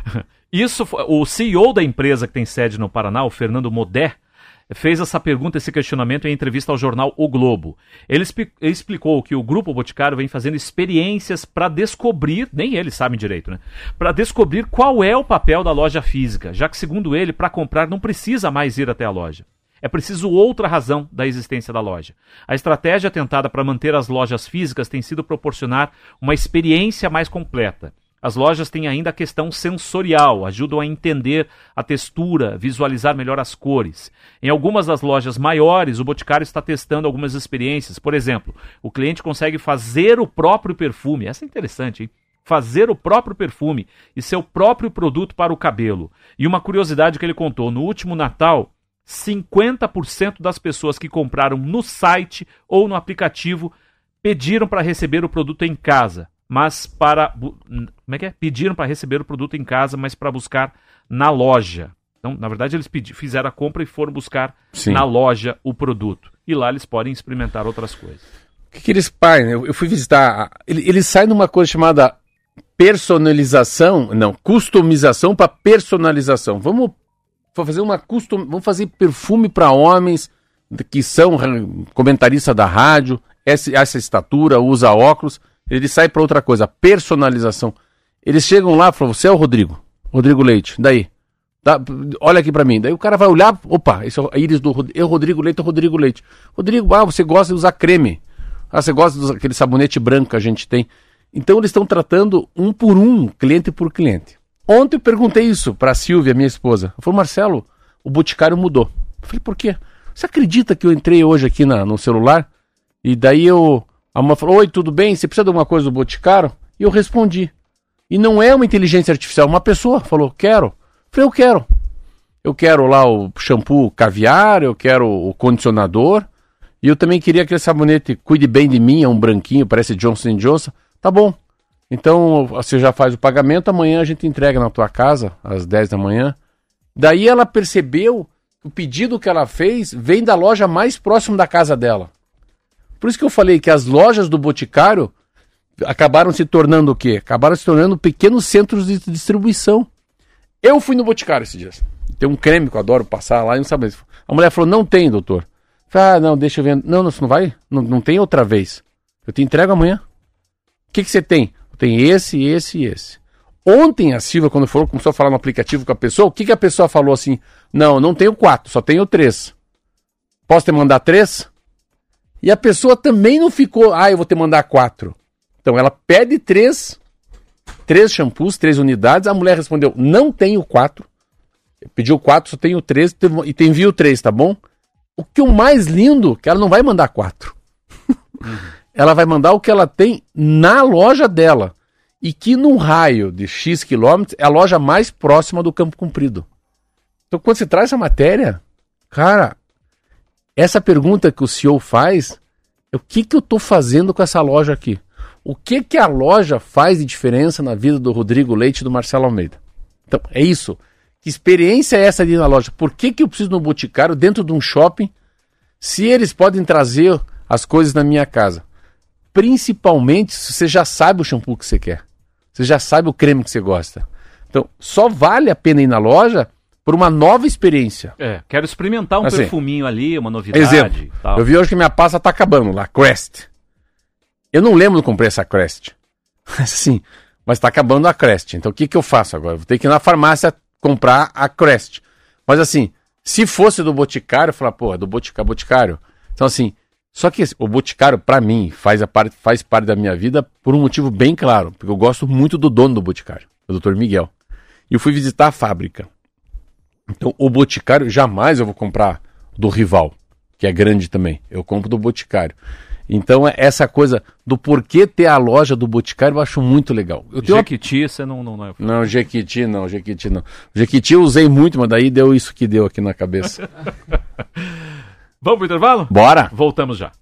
Isso, foi- o C E O da empresa que tem sede no Paraná, o Fernando Modé, fez essa pergunta, esse questionamento em entrevista ao jornal O Globo. Ele expli- explicou que o Grupo Boticário vem fazendo experiências para descobrir, nem eles sabem direito, né? Para descobrir qual é o papel da loja física, já que, segundo ele, para comprar não precisa mais ir até a loja. É preciso outra razão da existência da loja. A estratégia tentada para manter as lojas físicas tem sido proporcionar uma experiência mais completa. As lojas têm ainda a questão sensorial, ajudam a entender a textura, visualizar melhor as cores. Em algumas das lojas maiores, o Boticário está testando algumas experiências. Por exemplo, o cliente consegue fazer o próprio perfume. Essa é interessante, hein? Fazer o próprio perfume e seu próprio produto para o cabelo. E uma curiosidade que ele contou, no último Natal, cinquenta por cento das pessoas que compraram no site ou no aplicativo pediram para receber o produto em casa. Mas para. bu- Como é que é? Pediram para receber o produto em casa, mas para buscar na loja. Então, na verdade, eles pedi- fizeram a compra e foram buscar Sim. na loja o produto. E lá eles podem experimentar outras coisas. O que, que eles fazem? Eu, eu fui visitar. a- Ele, ele sai numa coisa chamada personalização. Não, customização para personalização. Vamos fazer uma custom, vamos fazer perfume para homens que são ra- comentaristas da rádio, essa, essa estatura, usa óculos. Ele sai para outra coisa, personalização. Eles chegam lá e falam: você é o Rodrigo, Rodrigo Leite, daí. Tá, olha aqui pra mim. Daí o cara vai olhar, opa, esse é o a íris do Rod- eu, Rodrigo Leite, é o Rodrigo Leite. Rodrigo, ah, você gosta de usar creme. Ah, você gosta daquele sabonete branco que a gente tem. Então eles estão tratando um por um, cliente por cliente. Ontem eu perguntei isso pra Silvia, minha esposa. Ela falou: Marcelo, o Boticário mudou. Eu falei: por quê? Você acredita que eu entrei hoje aqui na, no celular e daí eu A mulher falou, oi, tudo bem? Você precisa de alguma coisa do Boticário? E eu respondi. E não é uma inteligência artificial, uma pessoa falou, quero. Eu falei, eu quero. Eu quero lá o shampoo caviar, eu quero o condicionador. E eu também queria aquele sabonete Cuide Bem de Mim, é um branquinho, parece Johnson and Johnson. Tá bom. Então você já faz o pagamento, amanhã a gente entrega na tua casa, às dez da manhã. Daí ela percebeu que o pedido que ela fez vem da loja mais próxima da casa dela. Por isso que eu falei que as lojas do Boticário acabaram se tornando o quê? Acabaram se tornando pequenos centros de distribuição. Eu fui no Boticário esses dias. Tem um creme que eu adoro passar lá e não sabe. A mulher falou, não tem, doutor. Eu falei, ah, não, deixa eu ver. Não, não, você não vai? Não, não tem outra vez. Eu te entrego amanhã. O que, que você tem? Tem esse, esse e esse. Ontem a Silvia, quando falou, começou a falar no aplicativo com a pessoa, o que, que a pessoa falou assim? Não, não tenho quatro, só tenho três. Posso te mandar três? E a pessoa também não ficou, ah, eu vou te mandar quatro. Então ela pede três, três shampoos, três unidades, a mulher respondeu, não tenho quatro. Pediu quatro, só tenho três, e te envio três, tá bom? O que o mais lindo, que ela não vai mandar quatro. Uhum. Ela vai mandar o que ela tem na loja dela. E que num raio de X quilômetros é a loja mais próxima do Campo Comprido. Então quando você traz essa matéria, cara, essa pergunta que o C E O faz é o que, que eu estou fazendo com essa loja aqui? O que, que a loja faz de diferença na vida do Rodrigo Leite e do Marcelo Almeida? Então é isso. Que experiência é essa ali na loja? Por que, que eu preciso no Boticário dentro de um shopping se eles podem trazer as coisas na minha casa? Principalmente se você já sabe o shampoo que você quer. Você já sabe o creme que você gosta. Então, só vale a pena ir na loja por uma nova experiência. É, quero experimentar um assim, perfuminho ali, uma novidade. Exemplo, tal. Eu vi hoje que minha pasta tá acabando lá, Crest. Eu não lembro de comprar essa Crest. Sim, mas tá acabando a Crest. Então, o que, que eu faço agora? Vou ter que ir na farmácia comprar a Crest. Mas assim, se fosse do Boticário, eu falar, pô, é do Boticário, Boticário. Então, assim, só que o Boticário, pra mim, faz, a parte, faz parte da minha vida por um motivo bem claro. Porque eu gosto muito do dono do Boticário, o doutor Miguel. E eu fui visitar a fábrica. Então, o Boticário, jamais eu vou comprar do rival, que é grande também. Eu compro do Boticário. Então, essa coisa do porquê ter a loja do Boticário, eu acho muito legal. Eu tenho Jequiti, uma... você não... Não, não, não Jequiti não, Jequiti não. Jequiti eu usei muito, mas daí deu isso que deu aqui na cabeça. Vamos pro intervalo? Bora! Voltamos já.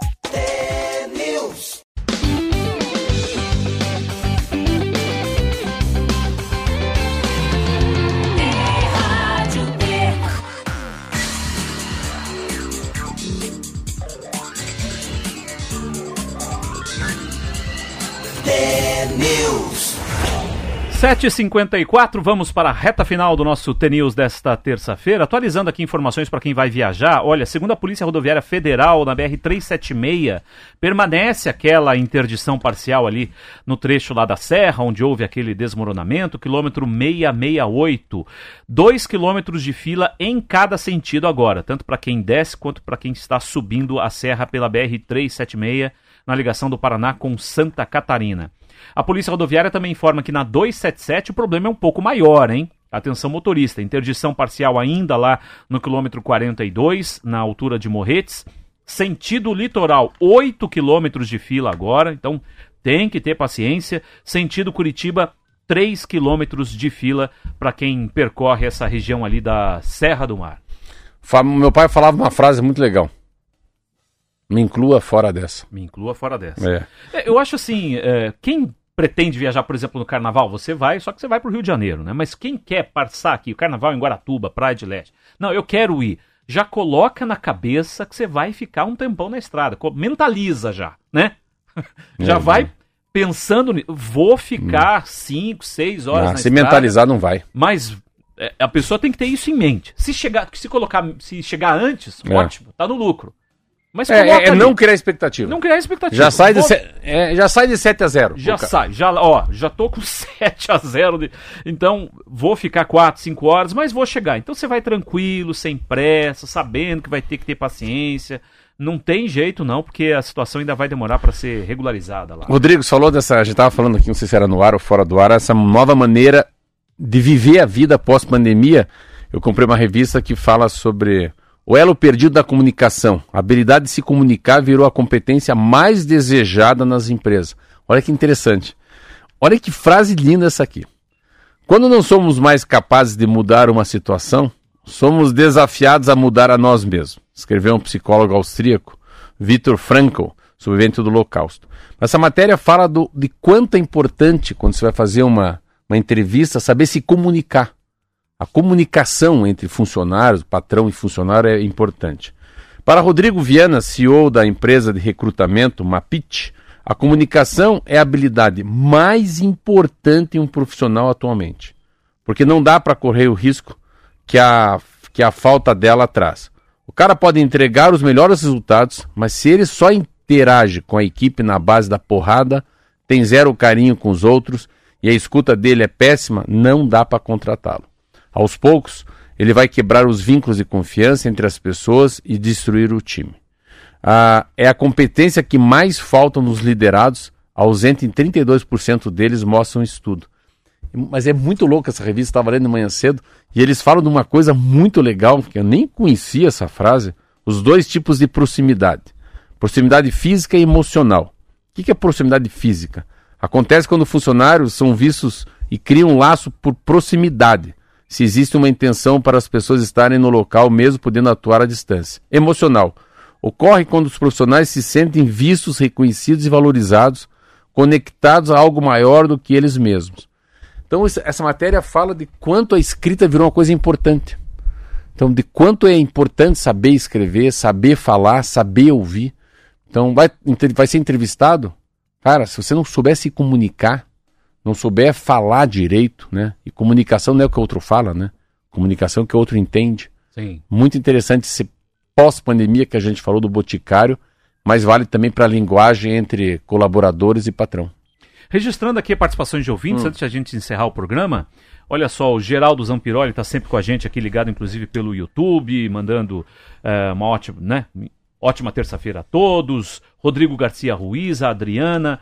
sete e cinquenta e quatro, vamos para a reta final do nosso T-News desta terça-feira. Atualizando aqui informações para quem vai viajar. Olha, segundo a Polícia Rodoviária Federal, na B R trezentos e setenta e seis, permanece aquela interdição parcial ali no trecho lá da Serra, onde houve aquele desmoronamento, quilômetro seiscentos e sessenta e oito. Dois quilômetros de fila em cada sentido agora, tanto para quem desce quanto para quem está subindo a serra pela B R trezentos e setenta e seis, na ligação do Paraná com Santa Catarina. A Polícia Rodoviária também informa que na duzentos e setenta e sete o problema é um pouco maior, hein? Atenção motorista, interdição parcial ainda lá no quilômetro quarenta e dois, na altura de Morretes. Sentido litoral, oito quilômetros de fila agora, então tem que ter paciência. Sentido Curitiba, três quilômetros de fila para quem percorre essa região ali da Serra do Mar. Meu pai falava uma frase muito legal. Me inclua fora dessa. Me inclua fora dessa. É. Eu acho assim, é, quem pretende viajar, por exemplo, no Carnaval, você vai, só que você vai para o Rio de Janeiro, né? Mas quem quer passar aqui, o Carnaval em Guaratuba, Praia de Leste, não, eu quero ir, já coloca na cabeça que você vai ficar um tempão na estrada, mentaliza já, né? já é, vai... Pensando nisso, vou ficar cinco, seis horas ah, na se estrada. Se mentalizar não vai. Mas é, a pessoa tem que ter isso em mente. Se chegar, se colocar, se chegar antes, é. ótimo, tá no lucro. Mas é, é, é não criar expectativa. Não criar expectativa. Já sai, vou... de, se... é, já sai de sete a zero. Já sai, já, ó, já tô com sete a zero. De... Então, vou ficar quatro, cinco horas, mas vou chegar. Então você vai tranquilo, sem pressa, sabendo que vai ter que ter paciência. Não tem jeito não, porque a situação ainda vai demorar para ser regularizada lá. Rodrigo, você falou dessa, a gente estava falando aqui, não sei se era no ar ou fora do ar, essa nova maneira de viver a vida pós-pandemia. Eu comprei uma revista que fala sobre O elo perdido da comunicação. A habilidade de se comunicar virou a competência mais desejada nas empresas. Olha que interessante. Olha que frase linda essa aqui. Quando não somos mais capazes de mudar uma situação, somos desafiados a mudar a nós mesmos. Escreveu um psicólogo austríaco, Viktor Frankl, sobrevivente do Holocausto. Essa matéria fala do, de quanto é importante, quando você vai fazer uma, uma entrevista, saber se comunicar. A comunicação entre funcionários, patrão e funcionário é importante. Para Rodrigo Viana, C E O da empresa de recrutamento Mapit, a comunicação é a habilidade mais importante em um profissional atualmente. Porque não dá para correr o risco que a, que a falta dela traz. O cara pode entregar os melhores resultados, mas se ele só interage com a equipe na base da porrada, tem zero carinho com os outros e a escuta dele é péssima, não dá para contratá-lo. Aos poucos, ele vai quebrar os vínculos de confiança entre as pessoas e destruir o time. Ah, é a competência que mais falta nos liderados, ausente em trinta e dois por cento deles, mostra um estudo. Mas é muito louco essa revista, estava lendo de manhã cedo, e eles falam de uma coisa muito legal, que eu nem conhecia essa frase, os dois tipos de proximidade. Proximidade física e emocional. O que é proximidade física? Acontece quando funcionários são vistos e criam um laço por proximidade, se existe uma intenção para as pessoas estarem no local, mesmo podendo atuar à distância. Emocional. Ocorre quando os profissionais se sentem vistos, reconhecidos e valorizados, conectados a algo maior do que eles mesmos. Então, essa matéria fala de quanto a escrita virou uma coisa importante. Então, de quanto é importante saber escrever, saber falar, saber ouvir. Então, vai, vai ser entrevistado? Cara, se você não souber se comunicar, não souber falar direito, né? E comunicação não é o que o outro fala, né? Comunicação é o que o outro entende. Sim. Muito interessante esse pós-pandemia que a gente falou do Boticário, mas vale também para a linguagem entre colaboradores e patrão. Registrando aqui participações de ouvintes, hum. antes de a gente encerrar o programa, olha só, o Geraldo Zampiroli está sempre com a gente aqui, ligado inclusive pelo YouTube, mandando uh, uma ótima, né? ótima terça-feira a todos. Rodrigo Garcia Ruiz, a Adriana,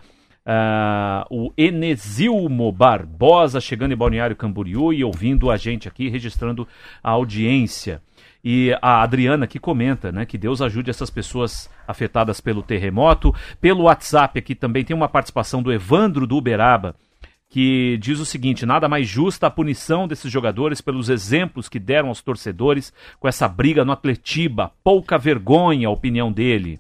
uh, o Enesilmo Barbosa, chegando em Balneário Camboriú e ouvindo a gente aqui, registrando a audiência. E a Adriana que comenta, né, que Deus ajude essas pessoas afetadas pelo terremoto. Pelo WhatsApp aqui também tem uma participação do Evandro do Uberaba, que diz o seguinte: nada mais justa a punição desses jogadores pelos exemplos que deram aos torcedores com essa briga no Atletiba. Pouca vergonha, a opinião dele.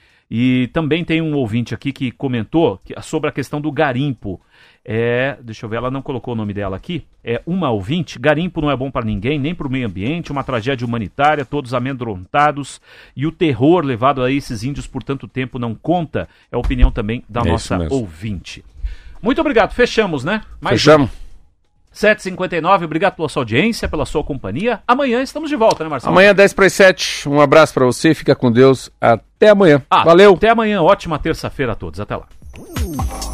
E também tem um ouvinte aqui que comentou que, sobre a questão do garimpo. É, deixa eu ver, ela não colocou o nome dela aqui. É uma ouvinte. Garimpo não é bom para ninguém, nem para o meio ambiente, uma tragédia humanitária, todos amedrontados. E o terror levado a esses índios por tanto tempo não conta. É a opinião também da é nossa ouvinte. Muito obrigado. Fechamos, né? Mais Fechamos. Um. sete e cinquenta e nove, obrigado pela sua audiência, pela sua companhia. Amanhã estamos de volta, né, Marcelo? Amanhã, dez para as sete. Um abraço para você, fica com Deus. Até amanhã. Ah, Valeu. Até amanhã. Ótima terça-feira a todos. Até lá.